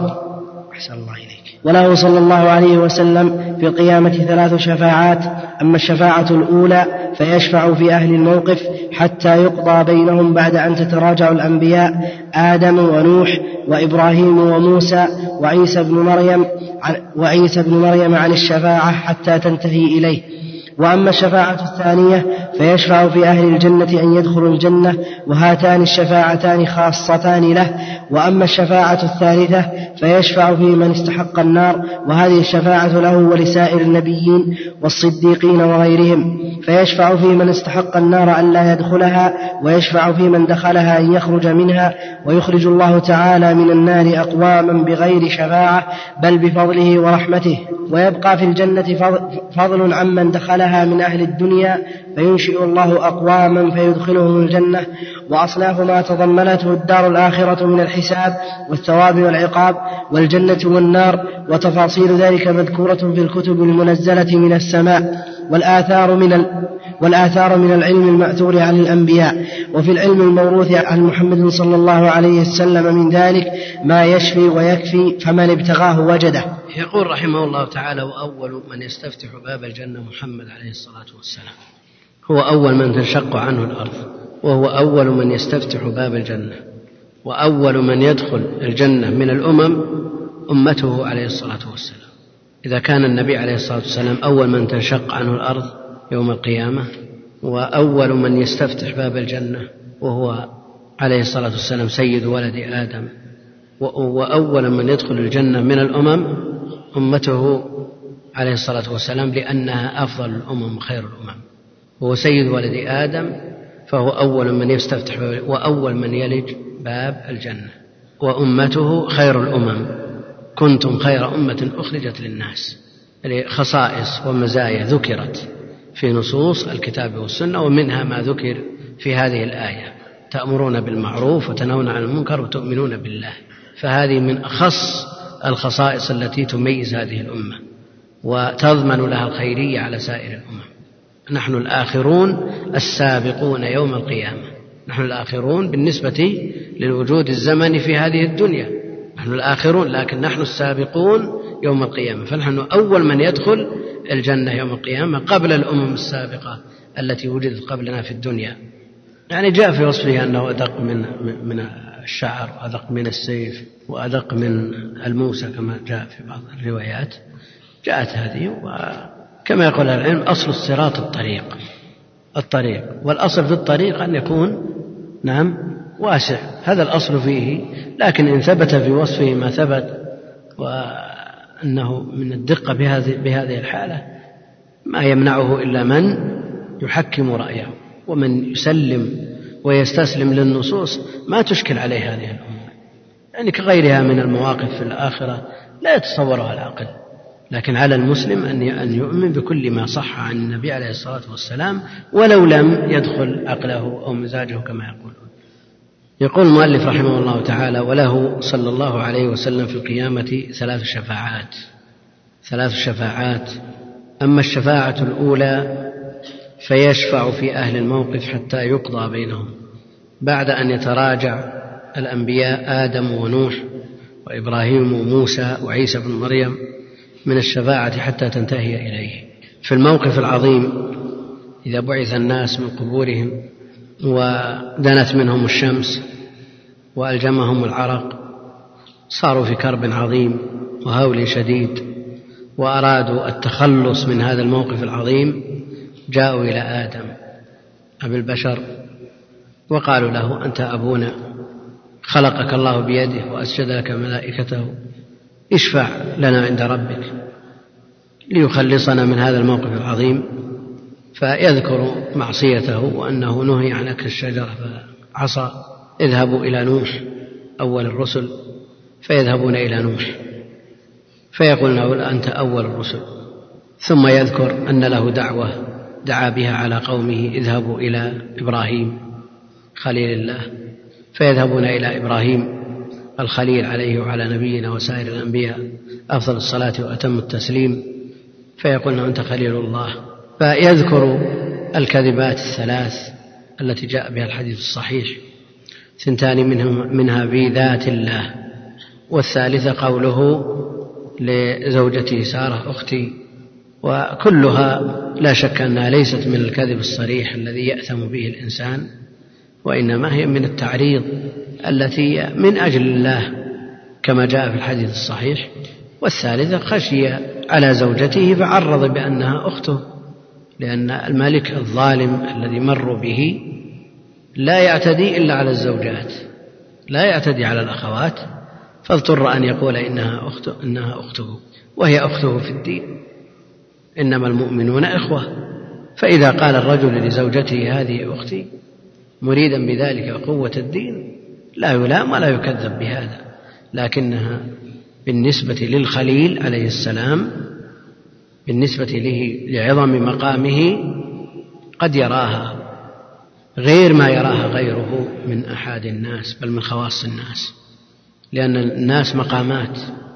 الله عليه وسلم في القيامة 3 شفاعات. أما الشفاعة الأولى فيشفع في أهل الموقف حتى يقضى بينهم بعد أن تتراجع الأنبياء آدم ونوح وإبراهيم وموسى وعيسى بن مريم عن الشفاعة حتى تنتهي إليه. وأما الشفاعة الثانية فيشفع في أهل الجنة أن يدخلوا الجنة، وهاتان الشفاعتان خاصتان له. وأما الشفاعة الثالثة فيشفع في من استحق النار، وهذه الشفاعة له ولسائر النبيين والصديقين وغيرهم. فيشفع في من استحق النار أن لا يدخلها، ويشفع في من دخلها أن يخرج منها، ويخرج الله تعالى من النار أقواما بغير شفاعة بل بفضله ورحمته. ويبقى في الجنة فضل عمن دخلها من أهل الدنيا، فينشئ الله أقواما فيدخلهم الجنة. وأصناف ما تضمنته الدار الآخرة من الحساب والثواب والعقاب والجنة والنار، وتفاصيل ذلك مذكورة في الكتب المنزلة من السماء، والآثار من العلم المأثور عن الأنبياء، وفي العلم الموروث عن محمد صلى الله عليه وسلم من ذلك ما يشفي ويكفي، فمن ابتغاه وجده. يقول رحمه الله تعالى: وأول من يستفتح باب الجنة محمد عليه الصلاة والسلام، هو أول من تنشق عنه الأرض، وهو أول من يستفتح باب الجنة، وأول من يدخل الجنة من الأمم أمته عليه الصلاة والسلام. إذا كان النبي عليه الصلاة والسلام أول من تنشق عنه الأرض يوم القيامة، وأول من يستفتح باب الجنة وهو عليه الصلاة والسلام سيد ولد آدم، وأول من يدخل الجنة من الأمم أمته عليه الصلاة والسلام، لأنها أفضل الأمم وخير الأمم. هو سيد ولد آدم، فهو أول من يستفتح باب، وأول من يلج باب الجنة، وأمته خير الأمم. كنتم خير أمة أخرجت للناس. خصائص ومزايا ذكرت في نصوص الكتاب والسنة، ومنها ما ذكر في هذه الآية: تأمرون بالمعروف وتنهون عن المنكر وتؤمنون بالله. فهذه من أخص الخصائص التي تميز هذه الأمة وتضمن لها الخيرية على سائر الأمم. نحن الآخرون السابقون يوم القيامة، نحن الآخرون بالنسبة للوجود الزمني في هذه الدنيا، نحن الآخرون، لكن نحن السابقون يوم القيامة، فنحن أول من يدخل الجنة يوم القيامة قبل الأمم السابقة التي وجدت قبلنا في الدنيا. يعني جاء في وصفه أنه أدق من الشعر، وأدق من السيف، وأدق من الموسى كما جاء في بعض الروايات. جاءت هذه، وكما يقول العلم أصل الصراط الطريق، والأصل في الطريق أن يكون واسع، هذا الأصل فيه. لكن إن ثبت في وصفه ما ثبت، وأنه من الدقة بهذه الحالة، ما يمنعه إلا من يحكم رأيه، ومن يسلم ويستسلم للنصوص ما تشكل عليه هذه الأمور. يعني كغيرها من المواقف في الآخرة لا يتصورها العقل، لكن على المسلم أن يؤمن بكل ما صح عن النبي عليه الصلاة والسلام، ولو لم يدخل عقله أو مزاجه كما يقولون. يقول المؤلف رحمه الله تعالى: وله صلى الله عليه وسلم في القيامة 3 شفاعات. أما الشفاعة الأولى فيشفع في أهل الموقف حتى يقضى بينهم بعد أن يتراجع الأنبياء آدم ونوح وإبراهيم وموسى وعيسى بن مريم من الشفاعة حتى تنتهي إليه. في الموقف العظيم إذا بعث الناس من قبورهم ودنت منهم الشمس وألجمهم العرق، صاروا في كرب عظيم وهول شديد، وأرادوا التخلص من هذا الموقف العظيم، جاءوا إلى آدم أبي البشر وقالوا له: أنت أبونا، خلقك الله بيده وأسجد لك ملائكته، اشفع لنا عند ربك ليخلصنا من هذا الموقف العظيم. فيذكر معصيته وأنه نهي عن أكل الشجرة فعصى. اذهبوا إلى نوح أول الرسل، فيذهبون إلى نوح فيقول له: أنت أول الرسل. ثم يذكر أن له دعوة دعا بها على قومه: اذهبوا إلى إبراهيم خليل الله فيذهبون إلى إبراهيم الخليل عليه وعلى نبينا وسائر الأنبياء أفضل الصلاة وأتم التسليم، فيقول أنت خليل الله، فيذكر الكذبات الثلاث التي جاء بها الحديث الصحيح، 2 منها بذات الله، والثالثة قوله لزوجته سارة أختي، وكلها لا شك أنها ليست من الكذب الصريح الذي يأثم به الإنسان، وإنما هي من التعريض التي من أجل الله كما جاء في الحديث الصحيح. والثالثة خشي على زوجته فعرض بأنها أخته، لأن الملك الظالم الذي مر به لا يعتدي إلا على الزوجات، لا يعتدي على الأخوات، فاضطر أن يقول إنها أخته، وهي أخته في الدين، إنما المؤمنون إخوة. فإذا قال الرجل لزوجته هذه أختي مريدا بذلك قوة الدين لا يلام ولا يكذب بهذا، لكنها بالنسبة للخليل عليه السلام، بالنسبة له لعظم مقامه، قد يراها غير ما يراها غيره من أحد الناس، بل من خواص الناس، لأن الناس مقامات،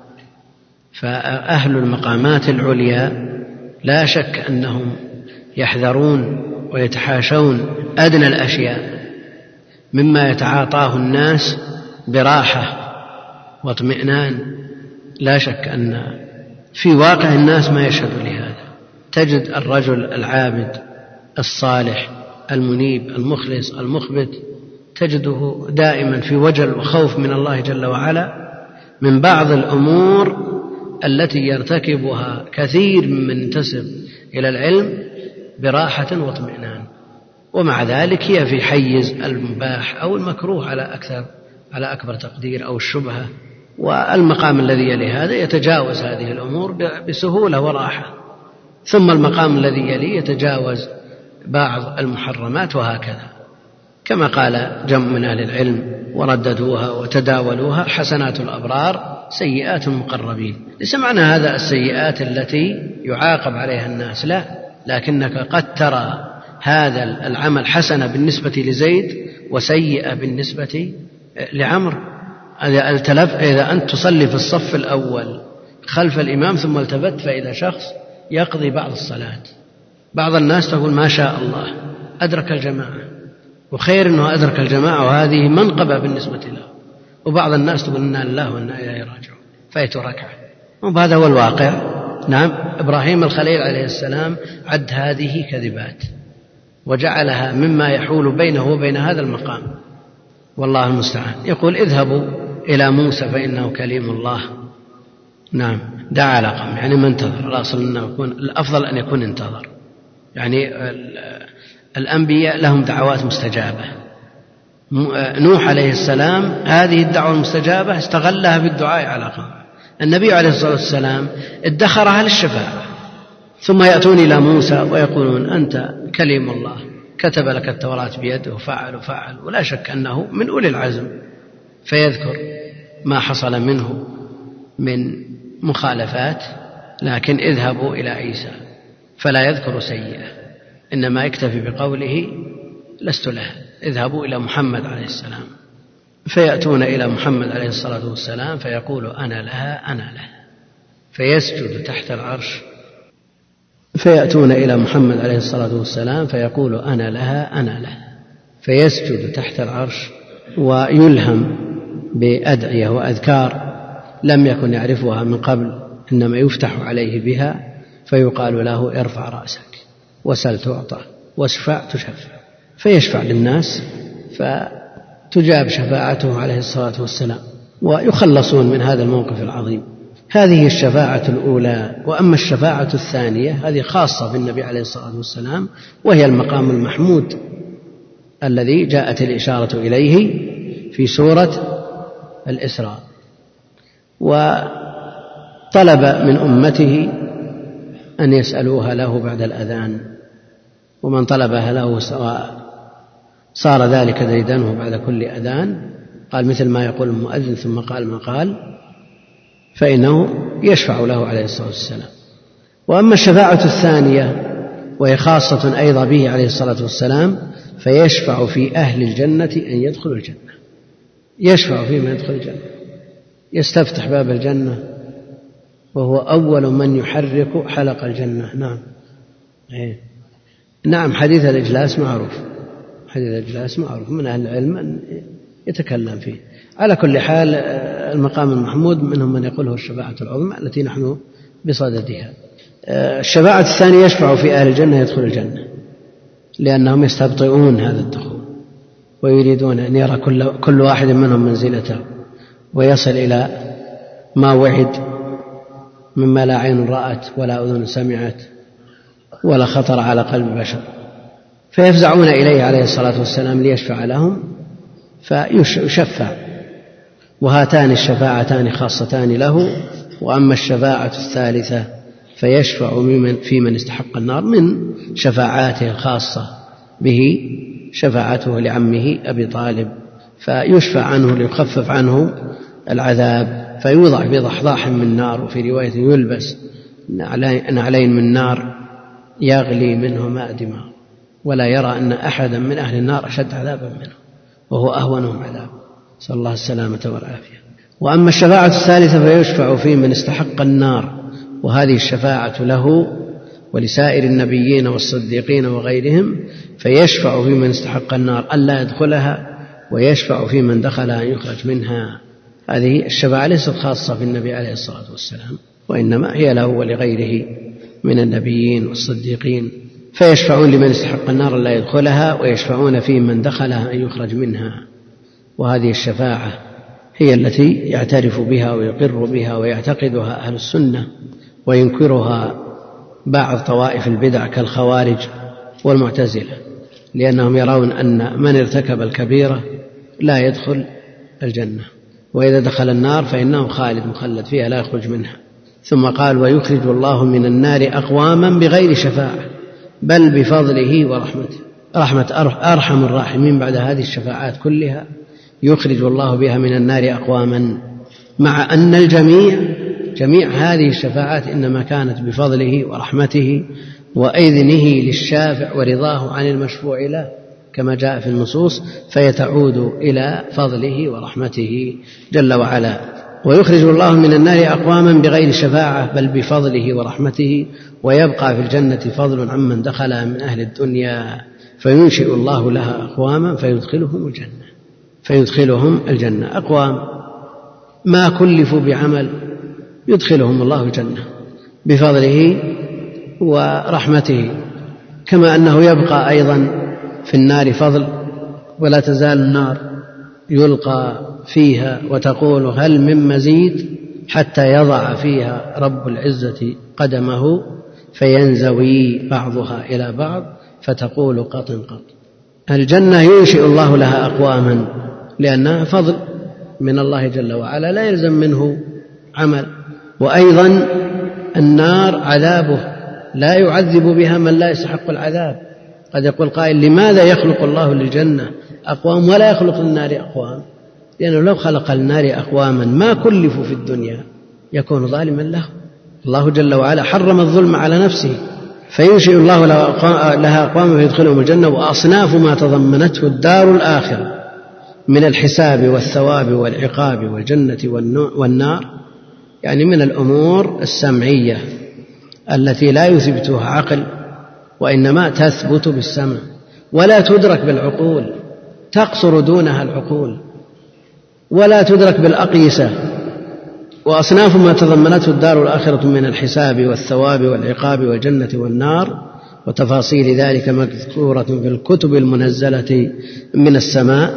فأهل المقامات العليا لا شك أنهم يحذرون ويتحاشون أدنى الأشياء مما يتعاطاه الناس براحة واطمئنان. لا شك أن في واقع الناس ما يشهد لهذا. تجد الرجل العابد الصالح المنيب المخلص المخبت تجده دائما في وجل وخوف من الله جل وعلا من بعض الأمور التي يرتكبها كثير ممن ينتسب إلى العلم براحة واطمئنان، ومع ذلك هي في حيز المباح أو المكروه على أكبر تقدير، أو الشبهة. والمقام الذي يلي هذا يتجاوز هذه الأمور بسهولة وراحة، ثم المقام الذي يلي يتجاوز بعض المحرمات، وهكذا. كما قال جمع من أهل العلم ورددوها وتداولوها: حسنات الأبرار سيئات المقربين. ليس معنى هذا السيئات التي يعاقب عليها الناس، لا، لكنك قد ترى هذا العمل حسنة بالنسبة لزيد وسيئة بالنسبة لعمر. إذا أنت تصلي في الصف الأول خلف الإمام ثم التفت فإذا شخص يقضي بعض الصلاة، بعض الناس تقول ما شاء الله أدرك الجماعة، وخير أنه أدرك الجماعة وهذه منقبة بالنسبة له، وبعض الناس تقول إنا لله وإنا إليه راجعون فايت ركعة، وهذا هو الواقع. نعم، إبراهيم الخليل عليه السلام عد هذه كذبات وجعلها مما يحول بينه وبين هذا المقام، والله المستعان. يقول: اذهبوا إلى موسى فإنه كليم الله. نعم، دعا على قوم، يعني ما انتظر. الأصل أنه يكون الأفضل أن يكون انتظر، يعني الأنبياء لهم دعوات مستجابة. نوح عليه السلام هذه الدعوة المستجابة استغلها بالدعاء على قوم. النبي عليه الصلاة والسلام ادخرها للشفاعة، ثم يأتون إلى موسى ويقولون: أنت كليم الله، كتب لك التوراة بيده وفعل، ولا شك أنه من أولي العزم، فيذكر ما حصل منه من مخالفات. لكن اذهبوا إلى عيسى فلا يذكر سيئة، إنما يكتفي بقوله لست له. اذهبوا إلى محمد عليه السلام، فيأتون إلى محمد عليه الصلاة والسلام فيقول: أنا لها أنا له، فيسجد تحت العرش. فيأتون إلى محمد عليه الصلاة والسلام فيقول: أنا لها أنا له، فيسجد تحت العرش ويلهم بأدعية وأذكار لم يكن يعرفها من قبل، إنما يفتح عليه بها، فيقال له: ارفع رأسك وسل تعطى واشفع تشفع، فيشفع للناس فتجاب شفاعته عليه الصلاة والسلام ويخلصون من هذا الموقف العظيم. هذه الشفاعة الأولى. وأما الشفاعة الثانية هذه خاصة بالنبي عليه الصلاة والسلام، وهي المقام المحمود الذي جاءت الإشارة إليه في سورة الإسراء. وطلب من أمته أن يسألوها له بعد الأذان، ومن طلبها له سواء صار ذلك ديدنه بعد كل أذان، قال مثل ما يقول المؤذن ثم قال ما قال، فإنه يشفع له عليه الصلاة والسلام. وأما الشفاعة الثانية وهي خاصة أيضا به عليه الصلاة والسلام، فيشفع في أهل الجنة أن يدخلوا الجنة. يشفع فيه من يدخل الجنة، يستفتح باب الجنة وهو أول من يحرك حلق الجنة. نعم. نعم، حديث الإجلاس معروف، حديث الإجلاس معروف من أهل العلم أن يتكلم فيه. على كل حال المقام المحمود منهم من يقوله الشفاعة العظمى التي نحن بصددها. الشفاعة الثانية يشفع في أهل الجنة يدخل الجنة، لأنهم يستبطئون هذا الدخول ويريدون أن يرى كل واحد منهم منزلته ويصل إلى ما وعد مما لا عين رأت ولا أذن سمعت ولا خطر على قلب بشر، فيفزعون إليه عليه الصلاة والسلام ليشفع لهم فيشفع. وهاتان الشفاعتان خاصتان له. وأما الشفاعة الثالثة فيشفع في من استحق النار من شفاعاته الخاصة به شفاعته لعمه أبي طالب، فيشفع عنه ليخفف عنه العذاب، فيوضع في ضحضاح من نار، وفي رواية يلبس نعلين من نار يغلي منه ماء دماغ، ولا يرى أن أحدا من أهل النار أشد عذابا منه وهو أهونهم عذابا، نسأل الله السلامة والعافية. وأما الشفاعة الثالثة فيشفع في من استحق النار، وهذه الشفاعة له ولسائر النبيين والصديقين وغيرهم، فيشفع في من استحق النار ألا يدخلها، ويشفع في من دخلها أن يخرج منها. هذه الشفاعة ليست خاصة بالنبي عليه الصلاة والسلام، وإنما هي له ولغيره من النبيين والصديقين، فيشفعون لمن استحق النار ألا يدخلها، ويشفعون في من دخلها أن يخرج منها. وهذه الشفاعة هي التي يعترف بها ويقر بها ويعتقدها أهل السنة، وينكرها بعض طوائف البدع كالخوارج والمعتزلة، لأنهم يرون أن من ارتكب الكبيرة لا يدخل الجنة، وإذا دخل النار فإنه خالد مخلد فيها لا يخرج منها. ثم قال: ويخرج الله من النار أقواما بغير شفاعة بل بفضله ورحمته. رحمة أرحم الراحمين بعد هذه الشفاعات كلها يخرج الله بها من النار أقواما، مع أن جميع هذه الشفاعات إنما كانت بفضله ورحمته وإذنه للشافع ورضاه عن المشفوع له كما جاء في النصوص، فيتعود إلى فضله ورحمته جل وعلا. ويخرج الله من النار أقواما بغير شفاعة بل بفضله ورحمته، ويبقى في الجنة فضل عمن دخلها من أهل الدنيا، فينشئ الله لها أقواما فيدخلهم الجنة. أقوام ما كلفوا بعمل يدخلهم الله الجنة بفضله ورحمته، كما أنه يبقى أيضا في النار فضل، ولا تزال النار يلقى فيها وتقول: هل من مزيد؟ حتى يضع فيها رب العزة قدمه فينزوي بعضها إلى بعض فتقول: قط قط. الجنة ينشئ الله لها أقواما لأنها فضل من الله جل وعلا لا يلزم منه عمل. وأيضا النار عذابه لا يعذب بها من لا يستحق العذاب. قد يقول قائل: لماذا يخلق الله للجنة أقوام ولا يخلق للنار أقوام؟ لأنه لو خلق للنار أقواما ما كلفوا في الدنيا يكون ظالما له. الله جل وعلا حرم الظلم على نفسه، فينشئ الله لها أقواما فيدخلهم الجنة. وأصناف ما تضمنته الدار الآخرة من الحساب والثواب والعقاب والجنة والنار، يعني من الأمور السمعية التي لا يثبتها عقل وإنما تثبت بالسمع ولا تدرك بالعقول، تقصر دونها العقول ولا تدرك بالأقيسة. وأصناف ما تضمنته الدار الآخرة من الحساب والثواب والعقاب والجنة والنار وتفاصيل ذلك مذكورة في الكتب المنزلة من السماء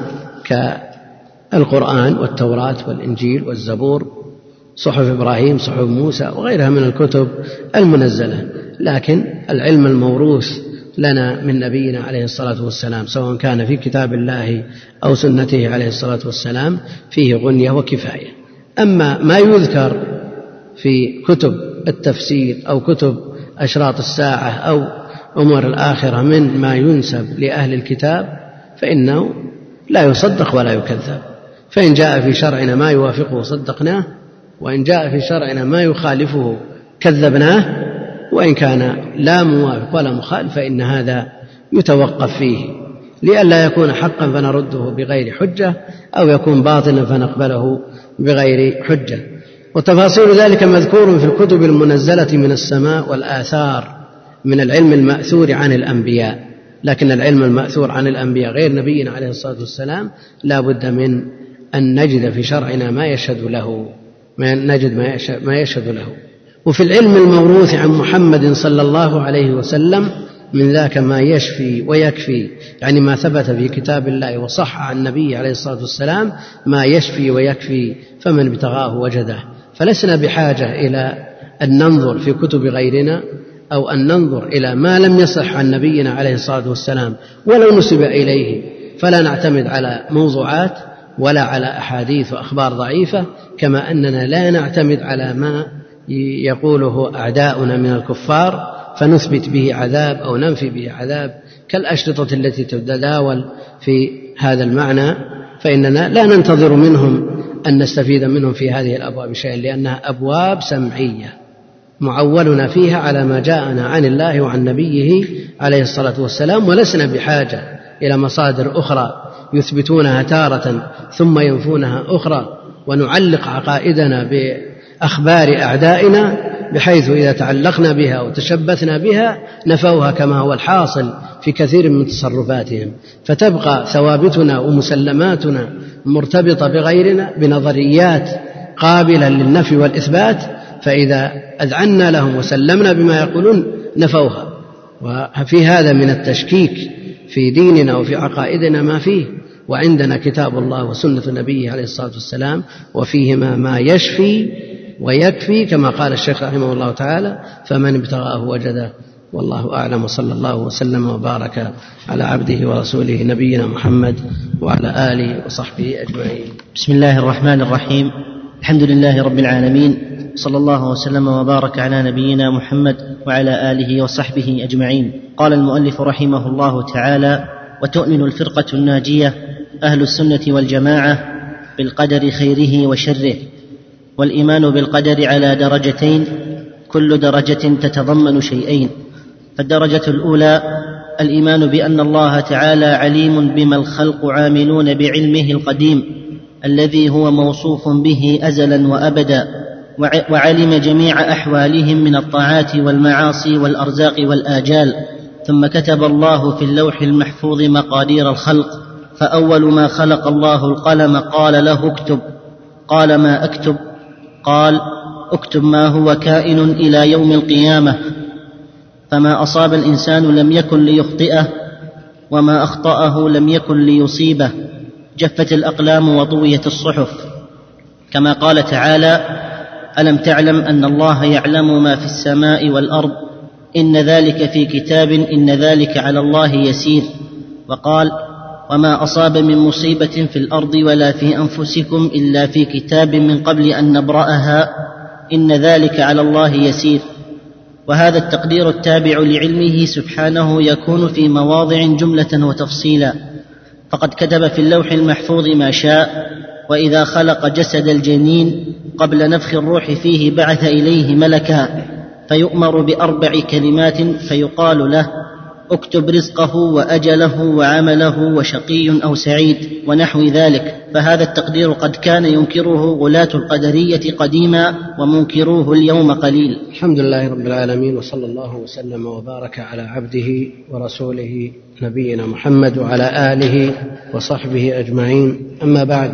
كالقرآن والتوراة والإنجيل والزبور، صحف إبراهيم، صحف موسى، وغيرها من الكتب المنزلة. لكن العلم الموروث لنا من نبينا عليه الصلاة والسلام سواء كان في كتاب الله أو سنته عليه الصلاة والسلام فيه غنية وكفاية. أما ما يذكر في كتب التفسير أو كتب أشراط الساعة أو أمور الآخرة من ما ينسب لأهل الكتاب فإنه لا يصدق ولا يكذب. فإن جاء في شرعنا ما يوافقه صدقناه، وإن جاء في شرعنا ما يخالفه كذبناه، وإن كان لا موافق ولا مخالف فإن هذا يتوقف فيه. لئلا يكون حقا فنرده بغير حجة أو يكون باطلا فنقبله بغير حجة. وتفاصيل ذلك مذكور في الكتب المنزلة من السماء والآثار من العلم المأثور عن الأنبياء. لكن العلم المأثور عن الأنبياء غير نبينا عليه الصلاة والسلام لا بد من أن نجد في شرعنا ما يشهد له. وفي العلم الموروث عن محمد صلى الله عليه وسلم من ذاك ما يشفي ويكفي، يعني ما ثبت في كتاب الله وصح عن النبي عليه الصلاة والسلام ما يشفي ويكفي، فمن ابتغاه وجده. فلسنا بحاجة إلى أن ننظر في كتب غيرنا أو أن ننظر إلى ما لم يصح عن نبينا عليه الصلاة والسلام ولو نسب إليه، فلا نعتمد على موضوعات ولا على أحاديث وأخبار ضعيفة، كما أننا لا نعتمد على ما يقوله أعداؤنا من الكفار فنثبت به عذاب أو ننفي به عذاب، كالأشرطة التي تتداول في هذا المعنى، فإننا لا ننتظر منهم أن نستفيد منهم في هذه الأبواب شيئا، لأنها أبواب سمعية معولنا فيها على ما جاءنا عن الله وعن نبيه عليه الصلاة والسلام، ولسنا بحاجة إلى مصادر أخرى يثبتونها تارة ثم ينفونها أخرى، ونعلق عقائدنا بأخبار أعدائنا بحيث إذا تعلقنا بها وتشبثنا بها نفوها، كما هو الحاصل في كثير من تصرفاتهم، فتبقى ثوابتنا ومسلماتنا مرتبطة بغيرنا بنظريات قابلة للنفي والإثبات، فإذا أذعنا لهم وسلمنا بما يقولون نفوها. وفي هذا من التشكيك في ديننا وفي عقائدنا ما فيه، وعندنا كتاب الله وسنة النبي عليه الصلاة والسلام وفيهما ما يشفي ويكفي، كما قال الشيخ رحمه الله تعالى: فمن ابتغاه وجده. والله أعلم، وصلى الله وسلم وبارك على عبده ورسوله نبينا محمد وعلى آله وصحبه أجمعين. بسم الله الرحمن الرحيم. الحمد لله رب العالمين، صلى الله وسلم وبارك على نبينا محمد وعلى آله وصحبه أجمعين. قال المؤلف رحمه الله تعالى: وتؤمن الفرقة الناجية أهل السنة والجماعة بالقدر خيره وشره. والإيمان بالقدر على درجتين، كل درجة تتضمن شيئين. فالدرجة الأولى الإيمان بأن الله تعالى عليم بما الخلق عاملون بعلمه القديم الذي هو موصوف به أزلا وأبدا، وعلم جميع أحوالهم من الطاعات والمعاصي والأرزاق والآجال. ثم كتب الله في اللوح المحفوظ مقادير الخلق، فأول ما خلق الله القلم قال له اكتب، قال ما أكتب؟ قال اكتب ما هو كائن إلى يوم القيامة، فما أصاب الإنسان لم يكن ليخطئه، وما أخطأه لم يكن ليصيبه. جفت الأقلام وطويت الصحف، كما قال تعالى: ألم تعلم أن الله يعلم ما في السماء والأرض، إن ذلك في كتاب، إن ذلك على الله يسير. وقال: وما أصاب من مصيبة في الأرض ولا في أنفسكم إلا في كتاب من قبل أن نبرأها، إن ذلك على الله يسير. وهذا التقدير التابع لعلمه سبحانه يكون في مواضع جملة وتفصيلا، فقد كتب في اللوح المحفوظ ما شاء. وإذا خلق جسد الجنين قبل نفخ الروح فيه بعث إليه ملكا، فيؤمر بأربع كلمات، فيقال له: اكتب رزقه وأجله وعمله وشقي أو سعيد، ونحو ذلك. فهذا التقدير قد كان ينكره غلاة القدرية قديما، ومنكروه اليوم قليل. الحمد لله رب العالمين، وصلى الله وسلم وبارك على عبده ورسوله نبينا محمد وعلى آله وصحبه أجمعين. أما بعد،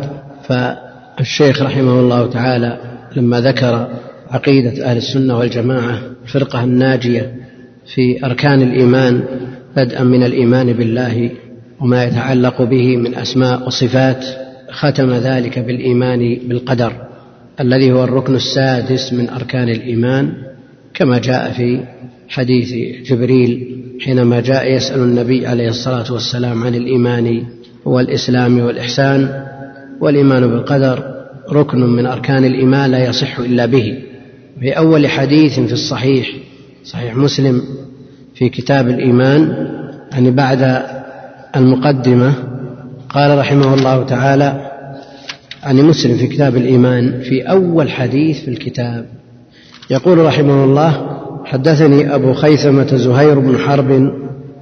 فالشيخ رحمه الله تعالى لما ذكر عقيدة أهل السنة والجماعة الفرقة الناجية في أركان الإيمان، بدءا من الإيمان بالله وما يتعلق به من أسماء وصفات، ختم ذلك بالإيمان بالقدر الذي هو الركن السادس من أركان الإيمان، كما جاء في حديث جبريل حينما جاء يسأل النبي عليه الصلاة والسلام عن الإيمان والإسلام والإحسان. والإيمان بالقدر ركن من أركان الإيمان لا يصح إلا به. في أول حديث في الصحيح، صحيح مسلم، في كتاب الإيمان، يعني بعد المقدمة، قال رحمه الله تعالى عن مسلم في كتاب الإيمان في أول حديث في الكتاب، يقول رحمه الله: حدثني أبو خيثمة زهير بن حرب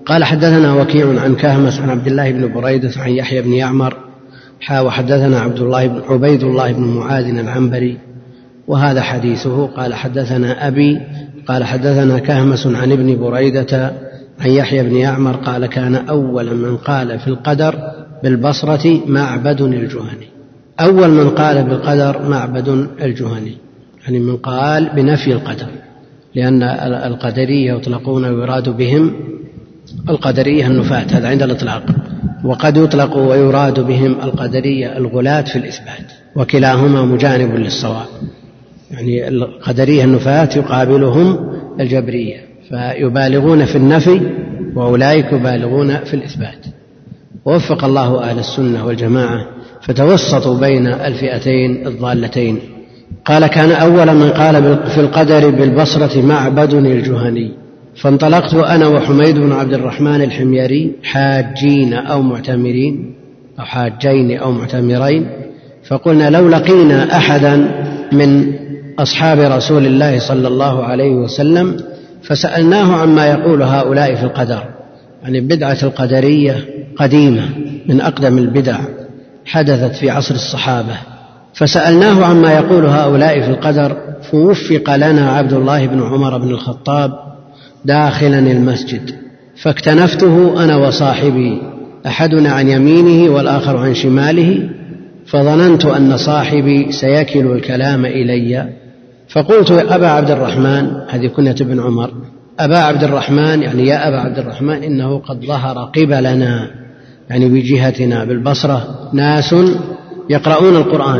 قال حدثنا وكيع عن كهمس عن عبد الله بن بريدة عن يحيى بن يعمر وحدثنا عبيد الله بن معاذ العنبري وهذا حديثه. قال حدثنا أبي قال حدثنا كهمس عن ابن بريدة عن يحيى بن يعمر قال كان أول من قال في القدر بالبصرة معبد الجهني. أول من قال بالقدر معبد الجهني، يعني من قال بنفي القدر، لأن القدرية يطلقون ويراد بهم القدرية النفاة، هذا عند الإطلاق، وقد يطلق ويراد بهم القدرية الغلاة في الإثبات، وكلاهما مجانب للصواب. يعني القدرية النفاة يقابلهم الجبرية، فيبالغون في النفي وأولئك يبالغون في الإثبات. ووفق الله أهل السنة والجماعة فتوسطوا بين الفئتين الضالتين. قال كان أول من قال في القدر بالبصرة معبد الجهني، فانطلقت أنا وحميد بن عبد الرحمن الحميري حاجين أو معتمرين أو حاجين أو معتمرين، فقلنا لو لقينا أحدا من أصحاب رسول الله صلى الله عليه وسلم فسألناه عما يقول هؤلاء في القدر. يعني بدعة القدرية قديمة من أقدم البدع حدثت في عصر الصحابة، فسألناه عما يقول هؤلاء في القدر، فوفق لنا عبد الله بن عمر بن الخطاب داخلا المسجد، فاكتنفته أنا وصاحبي، أحدنا عن يمينه والآخر عن شماله، فظننت أن صاحبي سيكل الكلام إلي، فقلت يا أبا عبد الرحمن، هذه كنية ابن عمر، أبا عبد الرحمن، يعني يا أبا عبد الرحمن، إنه قد ظهر قبلنا، يعني بجهتنا بالبصرة، ناس يقرؤون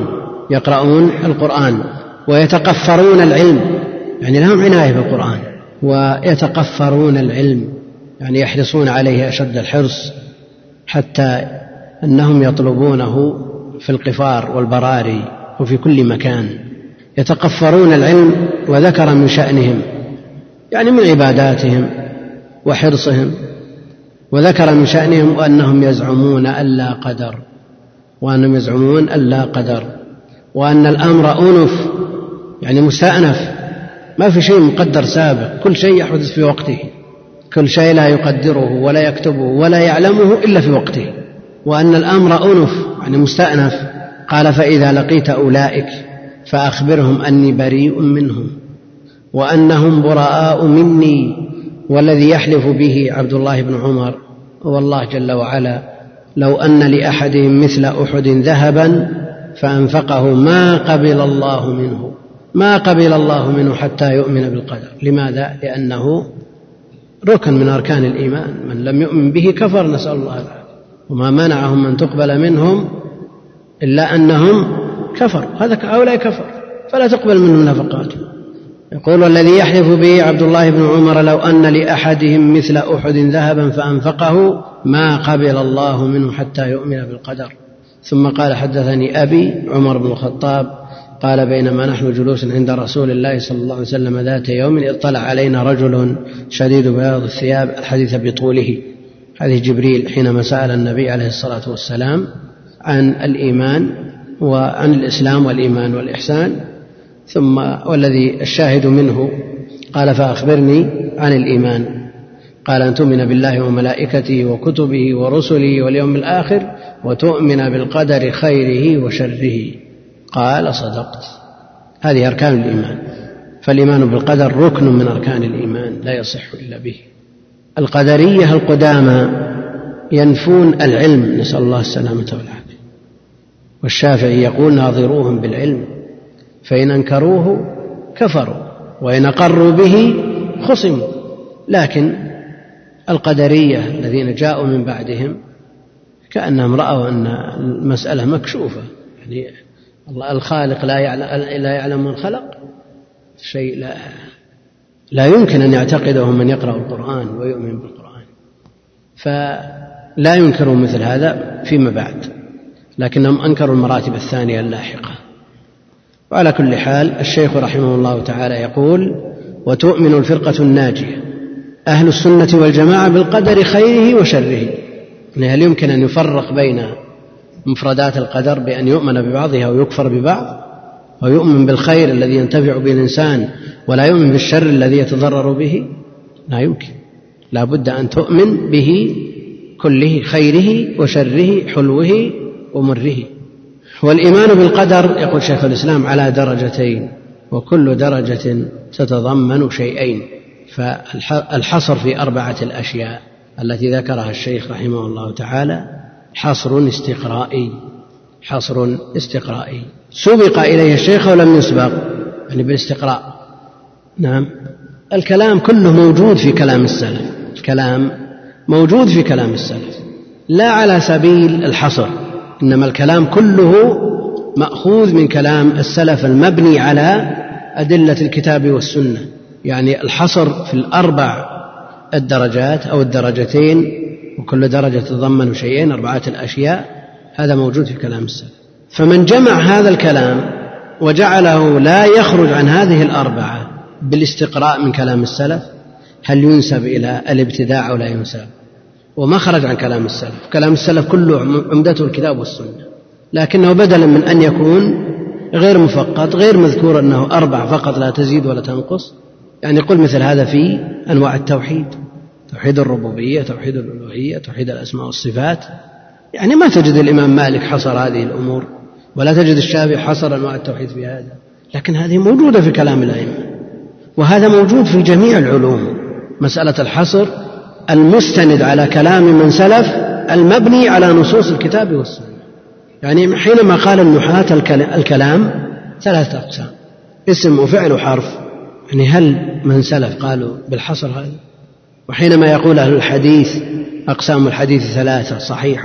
القرآن ويتقفرون العلم، يعني لهم عناية بالقرآن ويتقفرون العلم، يعني يحرصون عليه أشد الحرص، حتى أنهم يطلبونه في القفار والبراري وفي كل مكان، يتقفرون العلم. وذكر من شأنهم، يعني من عباداتهم وحرصهم، وذكر من شأنهم أنهم يزعمون ألا قدر، وأن الأمر أنف، يعني مستأنف، ما في شيء مقدر سابق، كل شيء يحدث في وقته، كل شيء لا يقدره ولا يكتبه ولا يعلمه إلا في وقته، وأن الأمر أنف، يعني مستأنف. قال فإذا لقيت أولئك فأخبرهم أني بريء منهم وأنهم براء مني، والذي يحلف به عبد الله بن عمر والله جل وعلا لو أن لأحدهم مثل أحد ذهبا فأنفقه ما قبل الله منه حتى يؤمن بالقدر. لماذا؟ لأنه ركن من أركان الإيمان، من لم يؤمن به كفر، نسأل الله العافية. وما منعهم من تقبل منهم إلا أنهم كفروا، هؤلاء كفر، فلا تقبل منهم نفقاتهم. يقول والذي يحلف به عبد الله بن عمر لو أن لأحدهم مثل أحد ذهبا فأنفقه ما قبل الله منه حتى يؤمن بالقدر. ثم قال حدثني أبي عمر بن الخطاب قال بينما نحن جلوس عند رسول الله صلى الله عليه وسلم ذات يوم اطلع علينا رجل شديد بياض الثياب، الحديث بطوله، حديث جبريل حينما سأل النبي عليه الصلاة والسلام عن الإيمان وعن الإسلام والإيمان والإحسان، ثم والذي الشاهد منه قال فأخبرني عن الإيمان، قال أن تؤمن بالله وملائكته وكتبه ورسله واليوم الآخر وتؤمن بالقدر خيره وشره. قال صدقت. هذه أركان الإيمان، فالإيمان بالقدر ركن من أركان الإيمان لا يصح إلا به. القدرية القدامى ينفون العلم، نسأل الله السلامة والعافية، والشافعي يقول ناظروهم بالعلم فإن أنكروه كفروا وإن أقروا به خصموا. لكن القدرية الذين جاءوا من بعدهم كأنهم رأوا أن المسألة مكشوفة، يعني الله الخالق لا يعلم من خلق، شيء لا يمكن أن يعتقده من يقرأ القرآن ويؤمن بالقرآن، فلا ينكروا مثل هذا فيما بعد، لكنهم أنكروا المراتب الثانية اللاحقة. وعلى كل حال الشيخ رحمه الله تعالى يقول وتؤمن الفرقة الناجية أهل السنة والجماعة بالقدر خيره وشره. هل يمكن أن يفرق بين مفردات القدر بأن يؤمن ببعضها ويكفر ببعض، ويؤمن بالخير الذي ينتفع به الإنسان ولا يؤمن بالشر الذي يتضرر به؟ لا يمكن. لا بد أن تؤمن به كله، خيره وشره، حلوه ومره. والإيمان بالقدر يقول شيخ الإسلام على درجتين، وكل درجة تتضمن شيئين. فالحصر في 4 الأشياء التي ذكرها الشيخ رحمه الله تعالى حصر استقرائي سبق إليه الشيخ ولم يسبق، يعني بالاستقراء. نعم، الكلام كله موجود في كلام السلف، الكلام موجود في كلام السلف لا على سبيل الحصر، إنما الكلام كله مأخوذ من كلام السلف المبني على أدلة الكتاب والسنة. يعني الحصر في 4 الدرجات أو الدرجتين، وكل درجة تتضمن شيئين، 4 الأشياء، هذا موجود في كلام السلف. فمن جمع هذا الكلام وجعله لا يخرج عن هذه 4 بالاستقراء من كلام السلف، هل ينسب إلى الابتداع أو لا ينسب؟ وما خرج عن كلام السلف. كلام السلف كله عمدته الكتاب والسنة، لكنه بدلا من أن يكون غير مفقط غير مذكور أنه 4 فقط لا تزيد ولا تنقص، يعني قل مثل هذا في أنواع التوحيد، توحيد الربوبية، توحيد الألوهية، توحيد الأسماء والصفات. يعني ما تجد الإمام مالك حصر هذه الأمور، ولا تجد الشافعي حصر أنواع التوحيد في هذا، لكن هذه موجودة في كلام الأئمة، وهذا موجود في جميع العلوم. مسألة الحصر المستند على كلام من سلف المبني على نصوص الكتاب والسنة. يعني حينما قال النحاة الكلام 3 أقسام، اسم وفعل وحرف، يعني هل من سلف قالوا بالحصر هذا؟ وحينما يقول أهل الحديث أقسام الحديث 3، صحيح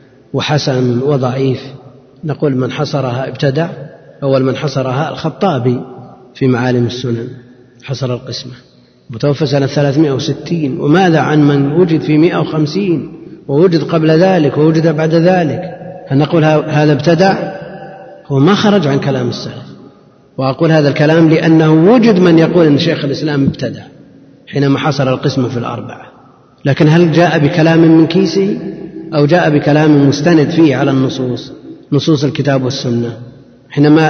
وحسن وضعيف، نقول من حصرها ابتدع. أول من حصرها الخطابي في معالم السنن، حصر القسمة، متوفى سنة 360. وماذا عن من وجد في 150 ووجد قبل ذلك ووجد بعد ذلك؟ فنقول هذا ابتدع، هو ما خرج عن كلام السلف. وأقول هذا الكلام لأنه وجد من يقول أن شيخ الإسلام ابتدع حينما حصر القسمة في 4. لكن هل جاء بكلام من كيسه أو جاء بكلام مستند فيه على نصوص الكتاب والسنة؟ حينما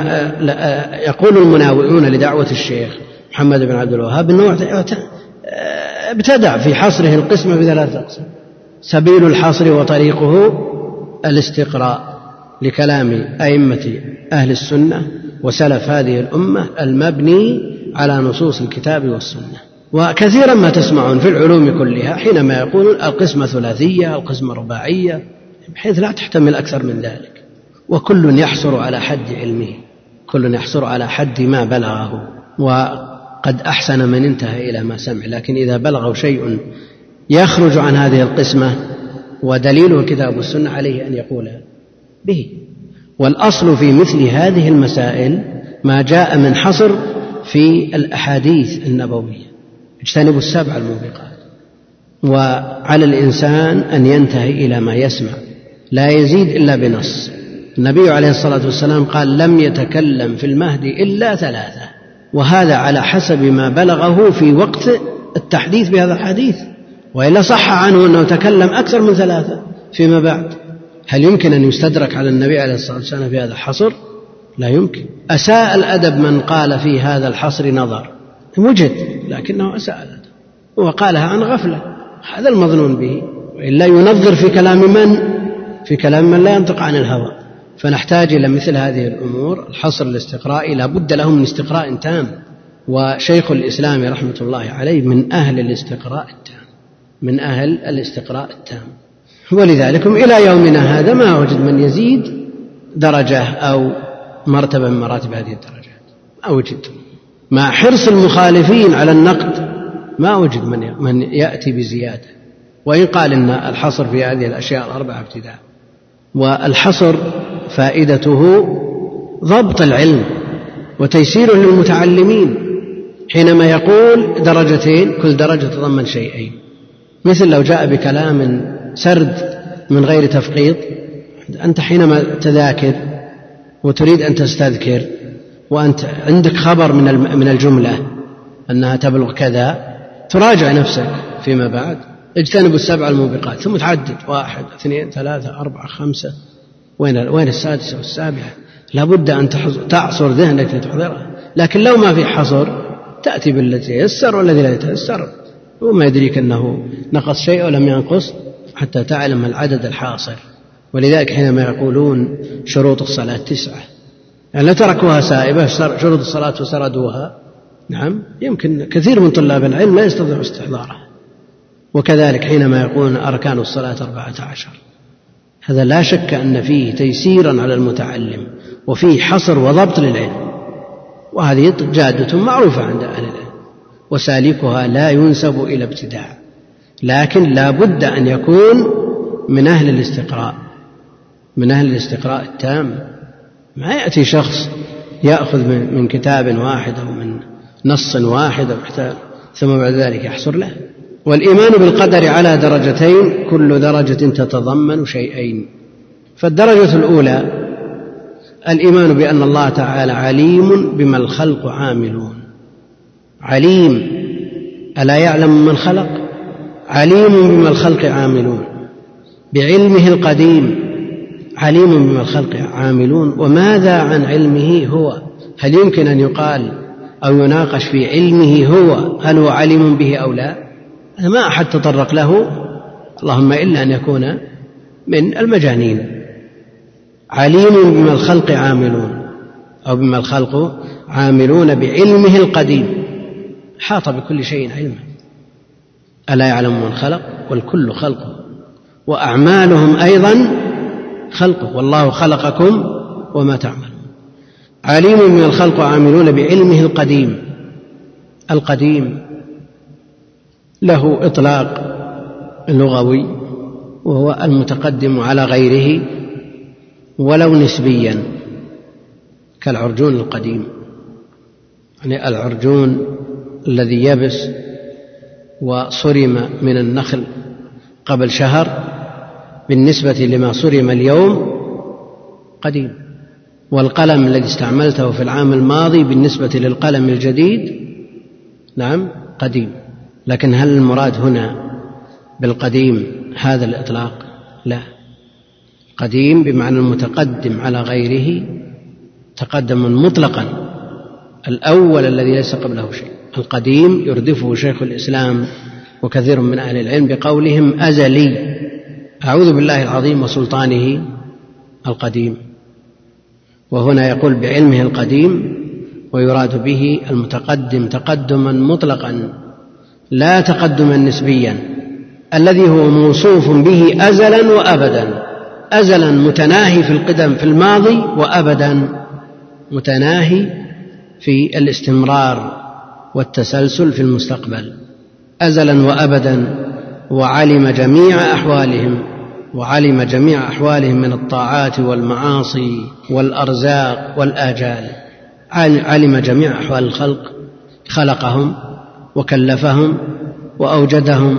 يقول المناوئون لدعوة الشيخ محمد بن عبد الوهاب أنه ابتدع في حصره القسمة ب3 أقسام. سبيل الحصر وطريقه الاستقراء لكلام أئمة أهل السنة وسلف هذه الأمة المبني على نصوص الكتاب والسنة. وكثيرا ما تسمعون في العلوم كلها حينما يقولون القسمة ثلاثية، القسمة رباعية، بحيث لا تحتمل أكثر من ذلك. وكل يحصر على حد علمه، كل يحصر على حد ما بلغه، وقد أحسن من انتهى إلى ما سمع. لكن إذا بلغوا شيء يخرج عن هذه القسمة ودليله الكتاب والسنة عليه أن يقول به. والأصل في مثل هذه المسائل ما جاء من حصر في الأحاديث النبوية. اجتنبوا 7 الموبقات. وعلى الإنسان أن ينتهي إلى ما يسمع، لا يزيد إلا بنص. النبي عليه الصلاة والسلام قال لم يتكلم في المهد إلا 3، وهذا على حسب ما بلغه في وقت التحديث بهذا الحديث، وإلا صح عنه أنه تكلم أكثر من 3 فيما بعد. هل يمكن أن يستدرك على النبي عليه الصلاة والسلام في هذا الحصر؟ لا يمكن. أساء الأدب من قال في هذا الحصر نظر، وجد لكنه أساء الأدب وقالها عن غفلة، هذا المظنون به. وإلا ينظر في كلام من لا ينطق عن الهوى. فنحتاج إلى مثل هذه الأمور. الحصر الاستقرائي لا بد له من استقراء تام، وشيخ الإسلام رحمة الله عليه من أهل الاستقراء التام، ولذلك إلى يومنا هذا ما وجد من يزيد درجة أو مرتبة من مراتب هذه الدرجات، ما وجد. مع حرص المخالفين على النقد ما وجد من يأتي بزيادة، وإن قال إن الحصر في هذه الأشياء 4 ابتداء. والحصر فائدته ضبط العلم وتيسيره للمتعلمين. حينما يقول درجتين، كل درجة تضمن شيئين. مثل لو جاء بكلام سرد من غير تفقيط، أنت حينما تذاكر وتريد أن تستذكر وأنت عندك خبر من الجملة أنها تبلغ كذا، تراجع نفسك فيما بعد. اجتنبوا 7 الموبقات، ثم تعدد 1 2 3 4 5، وين السادسة والسابعة؟ لابد أن تعصر ذهنك لتحضرها. لكن لو ما في حصر تأتي بالتي يسر والذي لا يتيسر وما يدريك أنه نقص شيء ولم ينقص حتى تعلم العدد الحاصل. ولذلك حينما يقولون شروط الصلاة 9، يعني لا تركوها سائبة شروط الصلاة وسردوها، نعم يمكن كثير من طلاب العلم لا يستطيع استحضارها. وكذلك حينما يقولون أركان الصلاة 14، هذا لا شك أن فيه تيسيرا على المتعلم وفيه حصر وضبط للعلم، وهذه جادة معروفة عند أهل العلم، وسالكها لا ينسب إلى ابتداع، لكن لا بد أن يكون من أهل الاستقراء، من أهل الاستقراء التام. ما يأتي شخص يأخذ من كتاب واحد أو من نص واحد ثم بعد ذلك يحصر له. والإيمان بالقدر على درجتين، كل درجة تتضمن شيئين. فالدرجة الأولى الإيمان بأن الله تعالى عليم بما الخلق عاملون. عليم، ألا يعلم من خلق؟ عليم بما الخلق عاملون، بعلمه القديم عليم بما الخلق عاملون. وماذا عن علمه هو؟ هل يمكن أن يقال أو يناقش في علمه هو هل هو عليم به أو لا؟ ما أحد تطرق له، اللهم إلا أن يكون من المجانين. عليم بما الخلق عاملون، أو بما الخلق عاملون بعلمه القديم، حاط بكل شيء علما. ألا يعلم من خلق؟ والكل خلقه، وأعمالهم أيضا خلقه، والله خلقكم وما تعملون. عليم من الخلق عاملون بعلمه القديم. القديم له إطلاق لغوي، وهو المتقدم على غيره ولو نسبيا، كالعرجون القديم، يعني العرجون الذي يبس وصرم من النخل قبل شهر بالنسبة لما صرم اليوم قديم. والقلم الذي استعملته في العام الماضي بالنسبة للقلم الجديد نعم قديم. لكن هل المراد هنا بالقديم هذا الإطلاق؟ لا، قديم بمعنى المتقدم على غيره تقدما مطلقا، الأول الذي ليس قبله شيء. القديم يردفه شيخ الإسلام وكثير من أهل العلم بقولهم أزلي، أعوذ بالله العظيم وسلطانه القديم. وهنا يقول بعلمه القديم، ويراد به المتقدم تقدما مطلقا لا تقدما نسبيا، الذي هو موصوف به أزلا وأبدا. أزلا متناهي في القدم في الماضي، وأبدا متناهي في الاستمرار والتسلسل في المستقبل. أزلا وأبدا. وعلم جميع أحوالهم من الطاعات والمعاصي والأرزاق والآجال. علم جميع أحوال الخلق، خلقهم وكلفهم وأوجدهم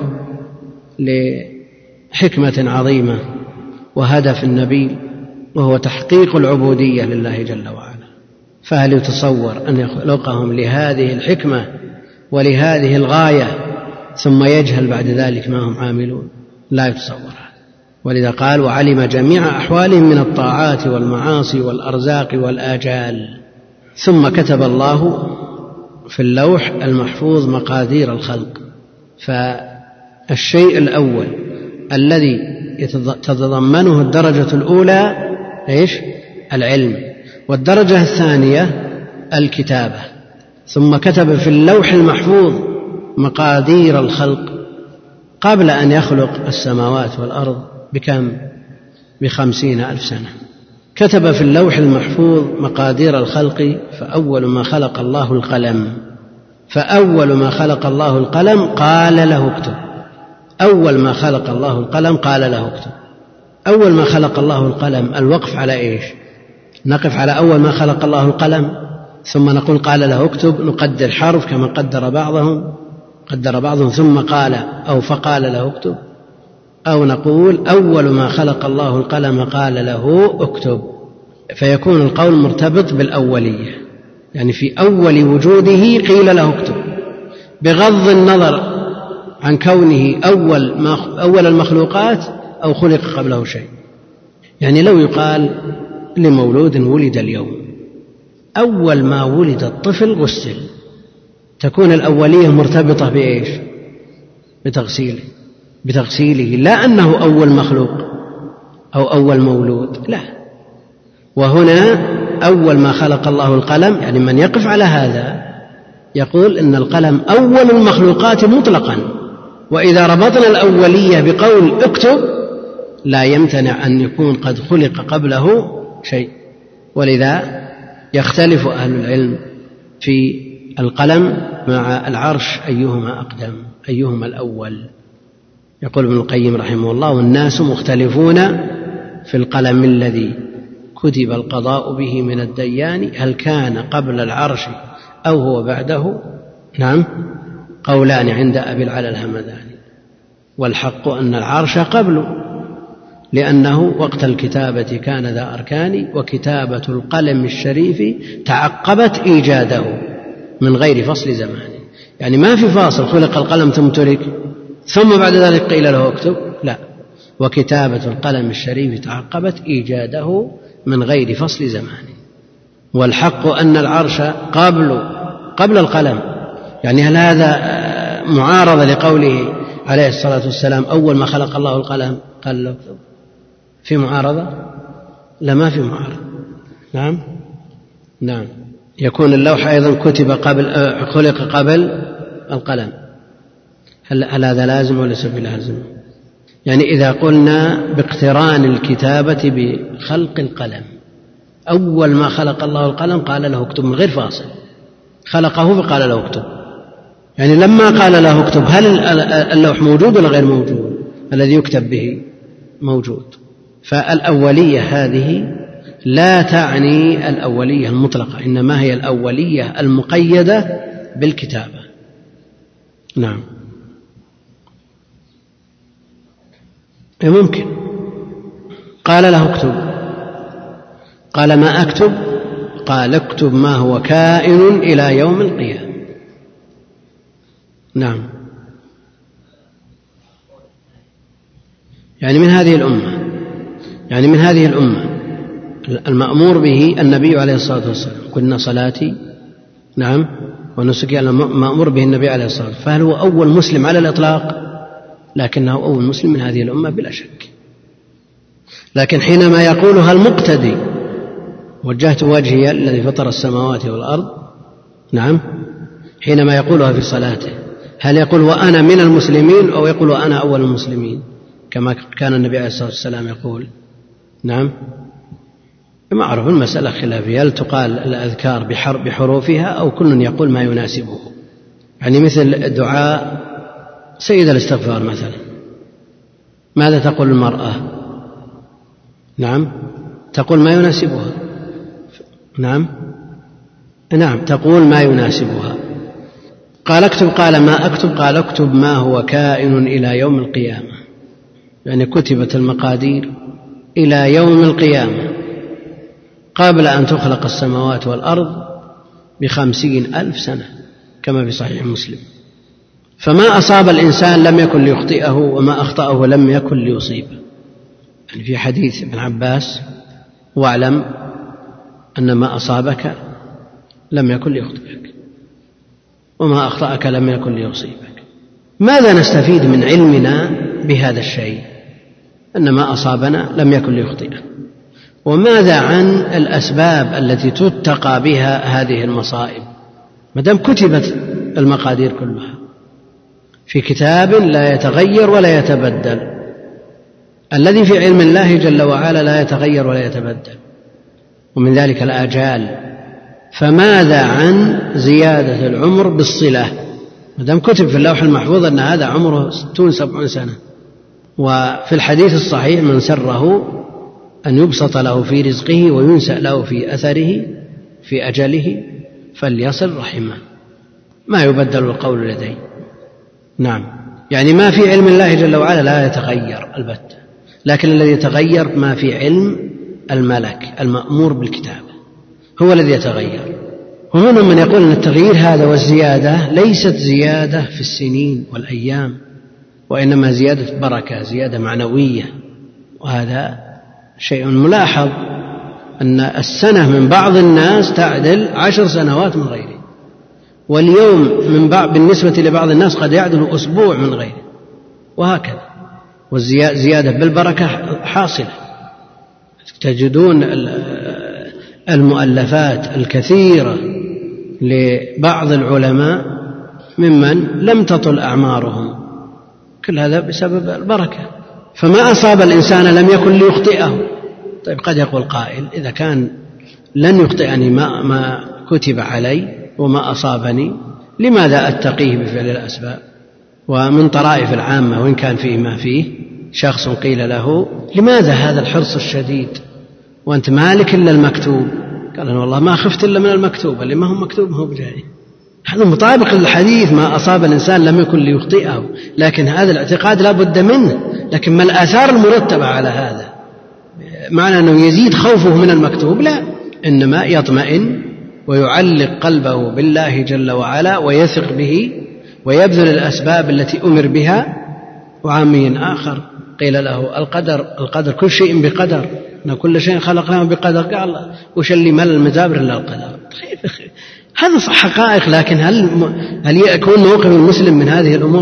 لحكمة عظيمة وهدف نبيل، وهو تحقيق العبودية لله جل وعلا. فهل يتصور أن يخلقهم لهذه الحكمة ولهذه الغاية ثم يجهل بعد ذلك ما هم عاملون؟ لا يتصور. ولذا قال وعلم جميع أحوالهم من الطاعات والمعاصي والأرزاق والآجال. ثم كتب الله في اللوح المحفوظ مقادير الخلق. فالشيء الأول الذي تتضمنه الدرجة الأولى العلم، والدرجة الثانية الكتابة. ثم كتب في اللوح المحفوظ مقادير الخلق قبل أن يخلق السماوات والأرض بكم؟ 50,000 سنة. كتب في اللوح المحفوظ مقادير الخلق. فأول ما خلق الله القلم، قال له اكتب. أول ما خلق الله القلم قال له اكتب. أول ما خلق الله القلم، الوقف على نقف على أول ما خلق الله القلم ثم نقول قال له اكتب، نقدر حرف كما قدر بعضهم ثم قال أو فقال له اكتب، أو نقول أول ما خلق الله القلم قال له اكتب، فيكون القول مرتبط بالأولية، يعني في أول وجوده قيل له اكتب، بغض النظر عن كونه أول المخلوقات أو خلق قبله شيء. يعني لو يقال لمولود ولد اليوم، أول ما ولد الطفل غسل، تكون الأولية مرتبطة بتغسيله، لا أنه أول مخلوق أو أول مولود، لا. وهنا أول ما خلق الله القلم، يعني من يقف على هذا يقول إن القلم أول المخلوقات مطلقا، وإذا ربطنا الأولية بقول اكتب لا يمتنع أن يكون قد خلق قبله شيء. ولذا يختلف أهل العلم في القلم مع العرش أيهما أقدم، أيهما الأول. يقول ابن القيم رحمه الله: والناس مختلفون في القلم الذي كتب القضاء به من الديان، هل كان قبل العرش أو هو بعده؟ نعم، قولان عند أبي العلا الهمداني، والحق أن العرش قبله، لأنه وقت الكتابة كان ذا أركان، وكتابة القلم الشريف تعقبت إيجاده من غير فصل زمان. يعني ما في فاصل، خلق القلم ثم ترك ثم بعد ذلك قيل له اكتب، لا، وكتابة القلم الشريف تعقبت إيجاده من غير فصل زمان. والحق أن العرش قبل القلم. يعني هل هذا معارضة لقوله عليه الصلاة والسلام أول ما خلق الله القلم قال له اكتب؟ في معارضة؟ لا، ما في معارضة. نعم، يكون اللوح أيضا خلق قبل القلم. هل هذا لازم ولا ليس بلازم؟ يعني إذا قلنا باقتران الكتابة بخلق القلم، أول ما خلق الله القلم قال له اكتب من غير فاصل، خلقه فقال له اكتب. يعني لما قال له اكتب هل اللوح موجود ولا غير موجود؟ الذي يكتب به موجود. فالأولية هذه لا تعني الأولية المطلقة، إنما هي الأولية المقيدة بالكتابة. نعم، ممكن قال له اكتب، قال ما أكتب؟ قال اكتب ما هو كائن إلى يوم القيامة. نعم، يعني من هذه الأمة المأمور به النبي عليه الصلاة والسلام، قلنا صلاتي نعم ونسكي، المأمور به النبي عليه الصلاة والسلام، فهل هو أول مسلم على الإطلاق؟ لكنه أول مسلم من هذه الأمة بلا شك. لكن حينما يقولها المقتدي وجهت وجهي الذي فطر السماوات والأرض، نعم، حينما يقولها في صلاته هل يقول وأنا من المسلمين أو يقول وأنا أول المسلمين كما كان النبي عليه الصلاة والسلام يقول؟ نعم، معروف المسألة خلافية، هل تقال الأذكار بحروفها أو كل يقول ما يناسبه؟ يعني مثل الدعاء سيد الاستغفار مثلا، ماذا تقول المرأة؟ نعم، تقول ما يناسبها. نعم، تقول ما يناسبها. قال اكتب، قال ما أكتب؟ قال اكتب ما هو كائن إلى يوم القيامة، يعني كتبت المقادير إلى يوم القيامة قبل أن تخلق السماوات والأرض ب50,000 سنة كما في صحيح مسلم. فما أصاب الإنسان لم يكن ليخطئه، وما أخطأه لم يكن ليصيبه. يعني في حديث ابن عباس: واعلم أن ما أصابك لم يكن ليخطئك، وما أخطأك لم يكن ليصيبك. ماذا نستفيد من علمنا بهذا الشيء؟ أن ما أصابنا لم يكن ليخطئنا. وماذا عن الأسباب التي تتقى بها هذه المصائب؟ مدام كتبت المقادير كلها في كتاب لا يتغير ولا يتبدل، الذي في علم الله جل وعلا لا يتغير ولا يتبدل، ومن ذلك الآجال. فماذا عن زيادة العمر بالصلة؟ مدام كتب في اللوح المحفوظ أن هذا عمره 60-70 سنة. وفي الحديث الصحيح: من سره أن يبسط له في رزقه وينسأ له في أثره في أجله فليصل رحمه. ما يبدل القول لدي. نعم، يعني ما في علم الله جل وعلا لا يتغير البتة، لكن الذي يتغير ما في علم الملك المأمور بالكتابة، هو الذي يتغير. وهنا من يقول أن التغيير هذا والزيادة ليست زيادة في السنين والأيام، وإنما زيادة بركة، زيادة معنوية. وهذا شيء ملاحظ، أن السنة من بعض الناس تعدل 10 سنوات من غيره، واليوم بالنسبة لبعض الناس قد يعدل أسبوع من غيره. وهكذا. والزيادة بالبركة حاصلة. تجدون المؤلفات الكثيرة لبعض العلماء ممن لم تطل أعمارهم، كل هذا بسبب البركة. فما أصاب الإنسان لم يكن ليخطئه. طيب قد يقول قائل إذا كان لن يخطئني ما كتب علي وما أصابني لماذا أتقيه بفعل الأسباب؟ ومن طرائف العامة وإن كان فيه ما فيه، شخص قيل له لماذا هذا الحرص الشديد وأنت مالك إلا المكتوب؟ قال أنا والله ما خفت إلا من المكتوب، اللي ما هو مكتوب هو بجاي. هذا مطابق للحديث ما أصاب الإنسان لم يكن ليخطئه، لكن هذا الاعتقاد لا بد منه. لكن ما الآثار المرتبة على هذا؟ معنى أنه يزيد خوفه من المكتوب؟ لا، إنما يطمئن ويعلق قلبه بالله جل وعلا ويثق به ويبذل الأسباب التي أمر بها. وعامي آخر قيل له القدر كل شيء بقدر، إن كل شيء خلقناه بقدر. قال وش اللي مل المزابر إلا القدر؟ هذا صح حقائق، لكن هل يكون موقف المسلم من هذه الأمور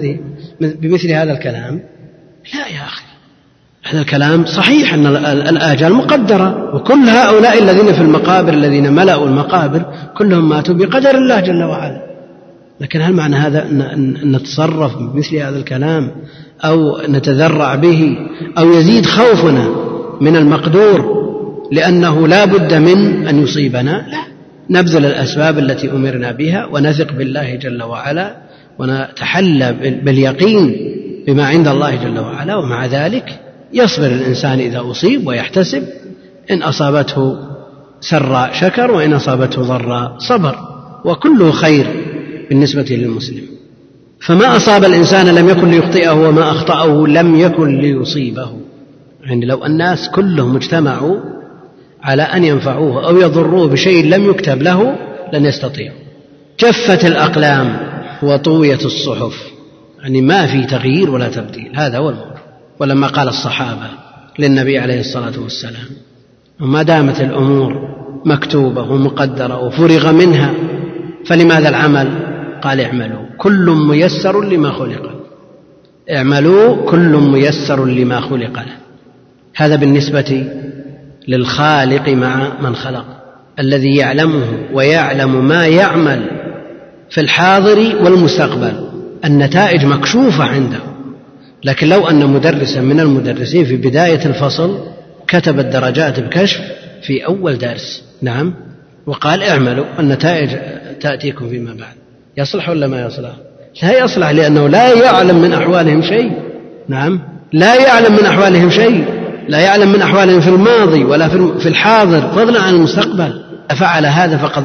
بمثل هذا الكلام؟ لا يا أخي، هذا الكلام صحيح أن الآجال مقدرة، وكل هؤلاء الذين في المقابر الذين ملأوا المقابر كلهم ماتوا بقدر الله جل وعلا. لكن هل معنى هذا أن نتصرف بمثل هذا الكلام أو نتذرع به أو يزيد خوفنا من المقدور لأنه لا بد من أن يصيبنا؟ لا، نبذل الأسباب التي أمرنا بها ونثق بالله جل وعلا ونتحلى باليقين بما عند الله جل وعلا. ومع ذلك يصبر الإنسان إذا أصيب ويحتسب، إن أصابته سراء شكر وإن أصابته ضراء صبر، وكله خير بالنسبة للمسلم. فما أصاب الإنسان لم يكن ليخطئه وما أخطأه لم يكن ليصيبه. يعني لو الناس كلهم اجتمعوا على أن ينفعوه أو يضروه بشيء لم يكتب له لن يستطيعوا. جفت الأقلام وطويت الصحف، يعني ما في تغيير ولا تبديل، هذا هو الموضوع. ولما قال الصحابة للنبي عليه الصلاة والسلام وما دامت الأمور مكتوبة ومقدرة وفرغ منها فلماذا العمل؟ قال اعملوا كل ميسر لما خلق له. اعملوا كل ميسر لما خلق له. هذا بالنسبة للخالق مع من خلق، الذي يعلمه ويعلم ما يعمل في الحاضر والمستقبل. النتائج مكشوفة عنده. لكن لو أن مدرسا من المدرسين في بداية الفصل كتب الدرجات بكشف في أول درس، نعم، وقال اعملوا النتائج تأتيكم فيما بعد، يصلح ولا ما يصلح؟ لا يصلح، لأنه لا يعلم من أحوالهم شيء. نعم، لا يعلم من أحوالهم شيء، لا يعلم من أحوالهم في الماضي ولا في الحاضر فضلا عن المستقبل. فعل هذا فقد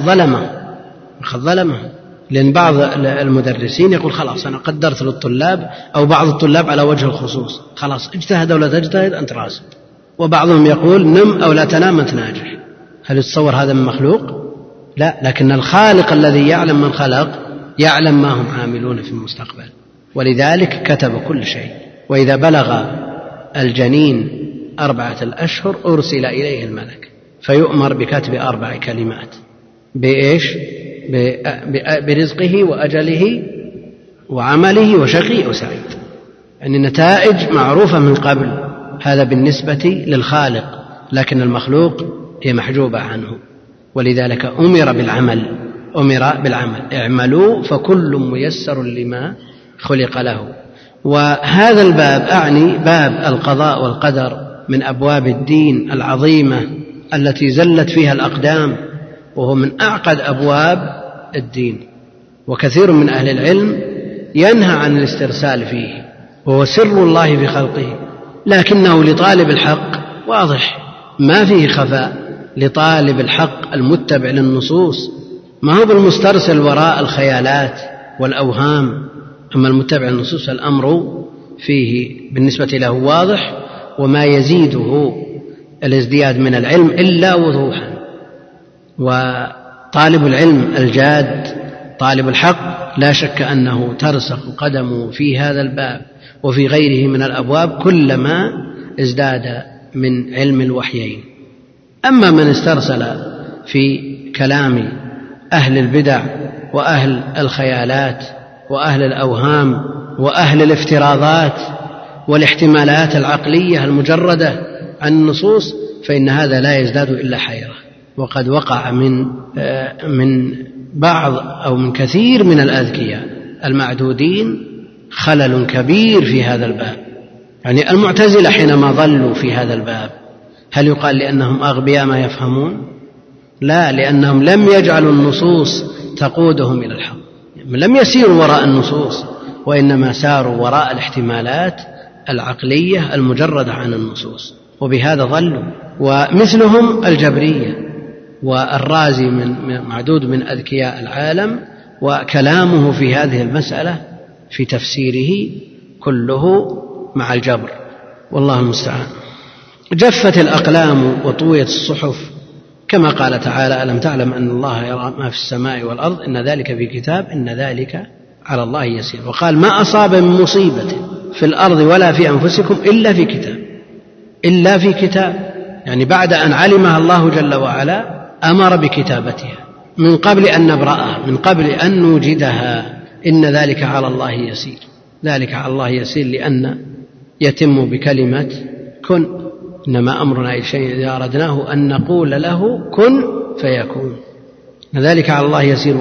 ظلمه. لأن بعض المدرسين يقول خلاص أنا قدرت للطلاب أو بعض الطلاب على وجه الخصوص، خلاص اجتهد أو لا تجتهد أنت راسب. وبعضهم يقول نم أو لا تنام أنت ناجح. هل يتصور هذا من مخلوق؟ لا، لكن الخالق الذي يعلم من خلق يعلم ما هم عاملون في المستقبل، ولذلك كتب كل شيء. وإذا بلغ الجنين 4 أشهر أرسل إليه الملك فيؤمر بكتب 4 كلمات بإيش؟ برزقه وأجله وعمله وشقي وسعيد. يعني النتائج معروفة من قبل. هذا بالنسبة للخالق، لكن المخلوق هي محجوبة عنه. ولذلك أمر بالعمل اعملوا فكل ميسر لما خلق له. وهذا الباب أعني باب القضاء والقدر من أبواب الدين العظيمة التي زلت فيها الأقدام، وهو من أعقد أبواب الدين. وكثير من أهل العلم ينهى عن الاسترسال فيه، وهو سر الله في خلقه، لكنه لطالب الحق واضح، ما فيه خفاء. لطالب الحق المتبع للنصوص، ما هو بالمسترسل وراء الخيالات والأوهام. أما المتبع للنصوص الأمر فيه بالنسبة له واضح، وما يزيده الازدياد من العلم إلا وضوحا. وطالب العلم الجاد طالب الحق لا شك أنه ترسخ قدمه في هذا الباب وفي غيره من الأبواب كلما ازداد من علم الوحيين. أما من استرسل في كلام أهل البدع وأهل الخيالات وأهل الأوهام وأهل الافتراضات والاحتمالات العقلية المجردة عن النصوص، فإن هذا لا يزداد إلا حيرة. وقد وقع من بعض أو من كثير من الأذكياء المعدودين خلل كبير في هذا الباب. يعني المعتزلة حينما ضلوا في هذا الباب هل يقال لأنهم أغبياء ما يفهمون؟ لا، لأنهم لم يجعلوا النصوص تقودهم إلى الحق، لم يسيروا وراء النصوص، وإنما ساروا وراء الاحتمالات العقلية المجردة عن النصوص، وبهذا ضلوا. ومثلهم الجبرية، والرازي من معدود من أذكياء العالم، وكلامه في هذه المسألة في تفسيره كله مع الجبر، والله المستعان. جفت الأقلام وطويت الصحف، كما قال تعالى: ألم تعلم أن الله يرى ما في السماء والأرض إن ذلك في كتاب إن ذلك على الله يسير. وقال: ما أصاب من مصيبة في الأرض ولا في أنفسكم إلا في كتاب، إلا في كتاب، يعني بعد أن علمها الله جل وعلا أمر بكتابتها من قبل أن نبرأها، من قبل أن نوجدها. إن ذلك على الله يسير، ذلك على الله يسير لأن يتم بكلمة كن. إنما أمرنا إلى شيء إذا أردناه أن نقول له كن فيكون. ذلك على الله يسير.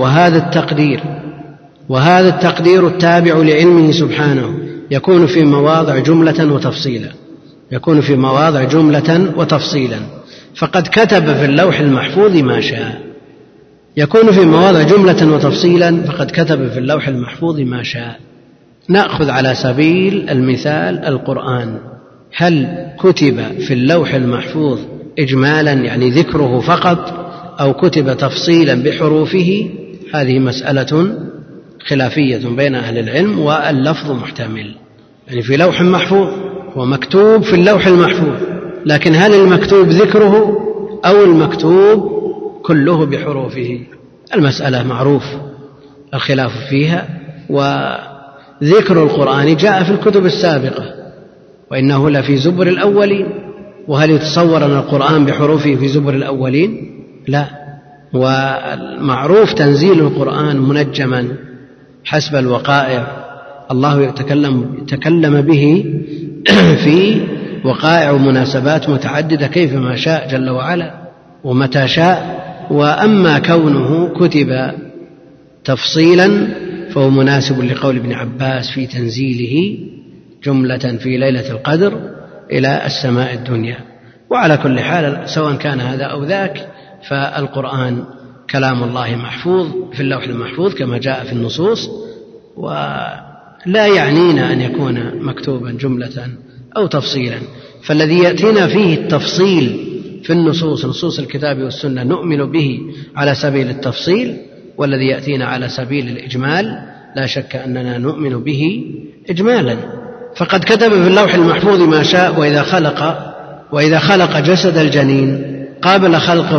وهذا التقدير التابع لعلمه سبحانه يكون في مواضع جملة وتفصيلا، يكون في مواضع جملة وتفصيلا، فقد كتب في اللوح المحفوظ ما شاء. يكون في مواضع جملة وتفصيلا فقد كتب في اللوح المحفوظ ما شاء. نأخذ على سبيل المثال القرآن، هل كتب في اللوح المحفوظ إجمالا يعني ذكره فقط، أو كتب تفصيلا بحروفه؟ هذه مسألة خلافية بين أهل العلم، واللفظ محتمل. يعني في لوح محفوظ ومكتوب في اللوح المحفوظ، لكن هل المكتوب ذكره أو المكتوب كله بحروفه؟ المسألة معروف الخلاف فيها. وذكر القرآن جاء في الكتب السابقة، وإنه لفي زبر الأولين. وهل يتصور أن القرآن بحروفه في زبر الأولين؟ لا. ومعروف تنزيل القرآن منجما حسب الوقائع، الله يتكلم به في وقائع ومناسبات متعددة كيفما شاء جل وعلا ومتى شاء. وأما كونه كتب تفصيلا فهو مناسب لقول ابن عباس في تنزيله جملة في ليلة القدر إلى السماء الدنيا. وعلى كل حال سواء كان هذا أو ذاك، فالقرآن كلام الله محفوظ في اللوح المحفوظ كما جاء في النصوص، ولا يعنينا أن يكون مكتوبا جملة أو تفصيلا. فالذي يأتينا فيه التفصيل في النصوص، نصوص الكتاب والسنة، نؤمن به على سبيل التفصيل، والذي يأتينا على سبيل الإجمال لا شك أننا نؤمن به إجمالا. فقد كتب في اللوح المحفوظ ما شاء. وإذا خلق جسد الجنين قبل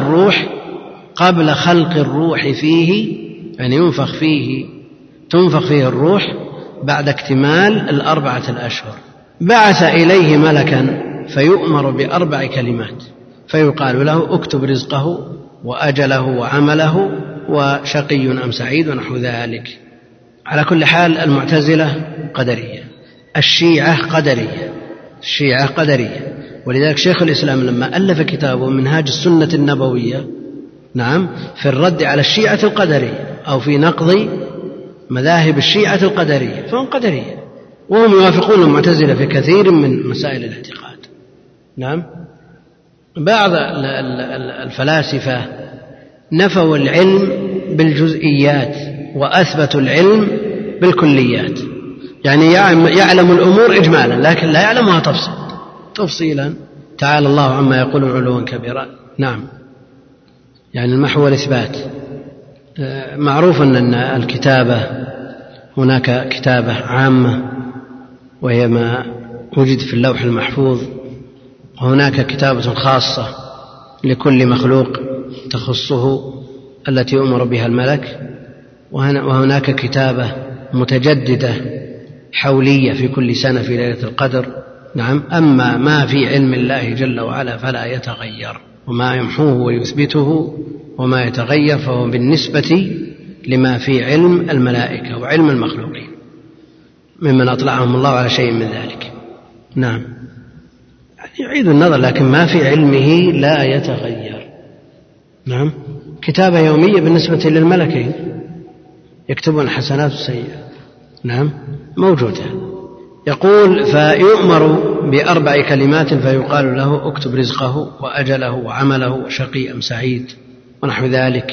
خلق الروح فيه، يعني تنفخ فيه الروح بعد اكتمال 4 أشهر، بعث إليه ملكا فيؤمر ب4 كلمات، فيقال له: اكتب رزقه وأجله وعمله وشقي أم سعيد ونحو ذلك. على كل حال المعتزلة قدرية، الشيعة قدرية. ولذلك شيخ الإسلام لما ألف كتابه منهاج السنة النبوية، نعم، في الرد على الشيعة القدرية أو في نقض مذاهب الشيعة القدرية، فهم قدرية، وهم يوافقون المعتزلة في كثير من مسائل الاعتقاد. نعم. بعض الفلاسفة نفوا العلم بالجزئيات وأثبتوا العلم بالكليات، يعني يعلم الأمور إجمالا لكن لا يعلمها تفصيلا. تعالى الله عما يقولون علوا كبيرا. نعم. يعني المحو والإثبات. معروف أن الكتابة هناك كتابة عامة وهي ما وجد في اللوح المحفوظ، وهناك كتابة خاصة لكل مخلوق تخصه التي أمر بها الملك، وهناك كتابة متجددة حولية في كل سنة في ليلة القدر. نعم. أما ما في علم الله جل وعلا فلا يتغير، وما يمحوه ويثبته وما يتغير فهو بالنسبة لما في علم الملائكة وعلم المخلوقين. ممن أطلعهم الله على شيء من ذلك. نعم، يعيد النظر، لكن ما في علمه لا يتغير. نعم، كتابة يومية بالنسبة للملكين يكتبون الحسنات والسيئات. نعم، موجودة. يقول: فيؤمر ب4 كلمات فيقال له: اكتب رزقه وأجله وعمله وشقي أم سعيد ونحو ذلك.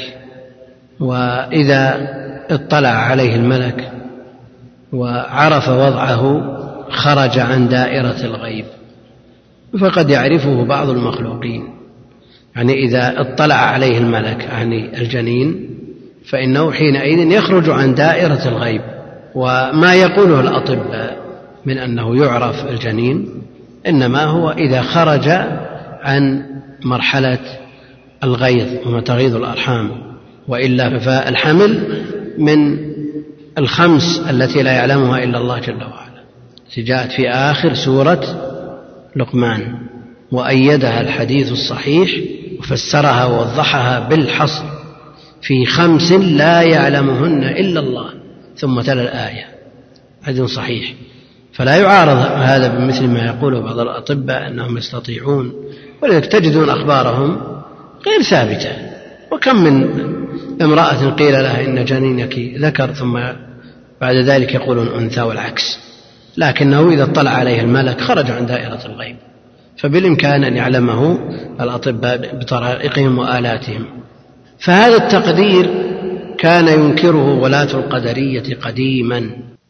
وإذا اطلع عليه الملك وعرف وضعه خرج عن دائرة الغيب، فقد يعرفه بعض المخلوقين. يعني إذا اطلع عليه الملك يعني الجنين فإنه حينئذ يخرج عن دائرة الغيب. وما يقوله الأطباء من أنه يعرف الجنين إنما هو إذا خرج عن مرحلة الغيظ وتغيظ الأرحام، وإلا فالحمل من 5 التي لا يعلمها إلا الله جل وعلا، التي جاءت في آخر سورة لقمان، وأيدها الحديث الصحيح وفسرها ووضحها بالحصر في 5 لا يعلمهن إلا الله، ثم تلا الآية. حديث صحيح، فلا يعارض هذا بمثل ما يقوله بعض الأطباء أنهم يستطيعون، ولذلك تجدون أخبارهم غير ثابتة. وكم من امرأة قيل لها إن جنينك ذكر ثم بعد ذلك يقولون أنثى والعكس، لكنه إذا اطلع عليه الملك خرج عن دائرة الغيب، فبالإمكان أن يعلمه الأطباء بطرائقهم وآلاتهم. فهذا التقدير كان ينكره ولاة القدرية قديما،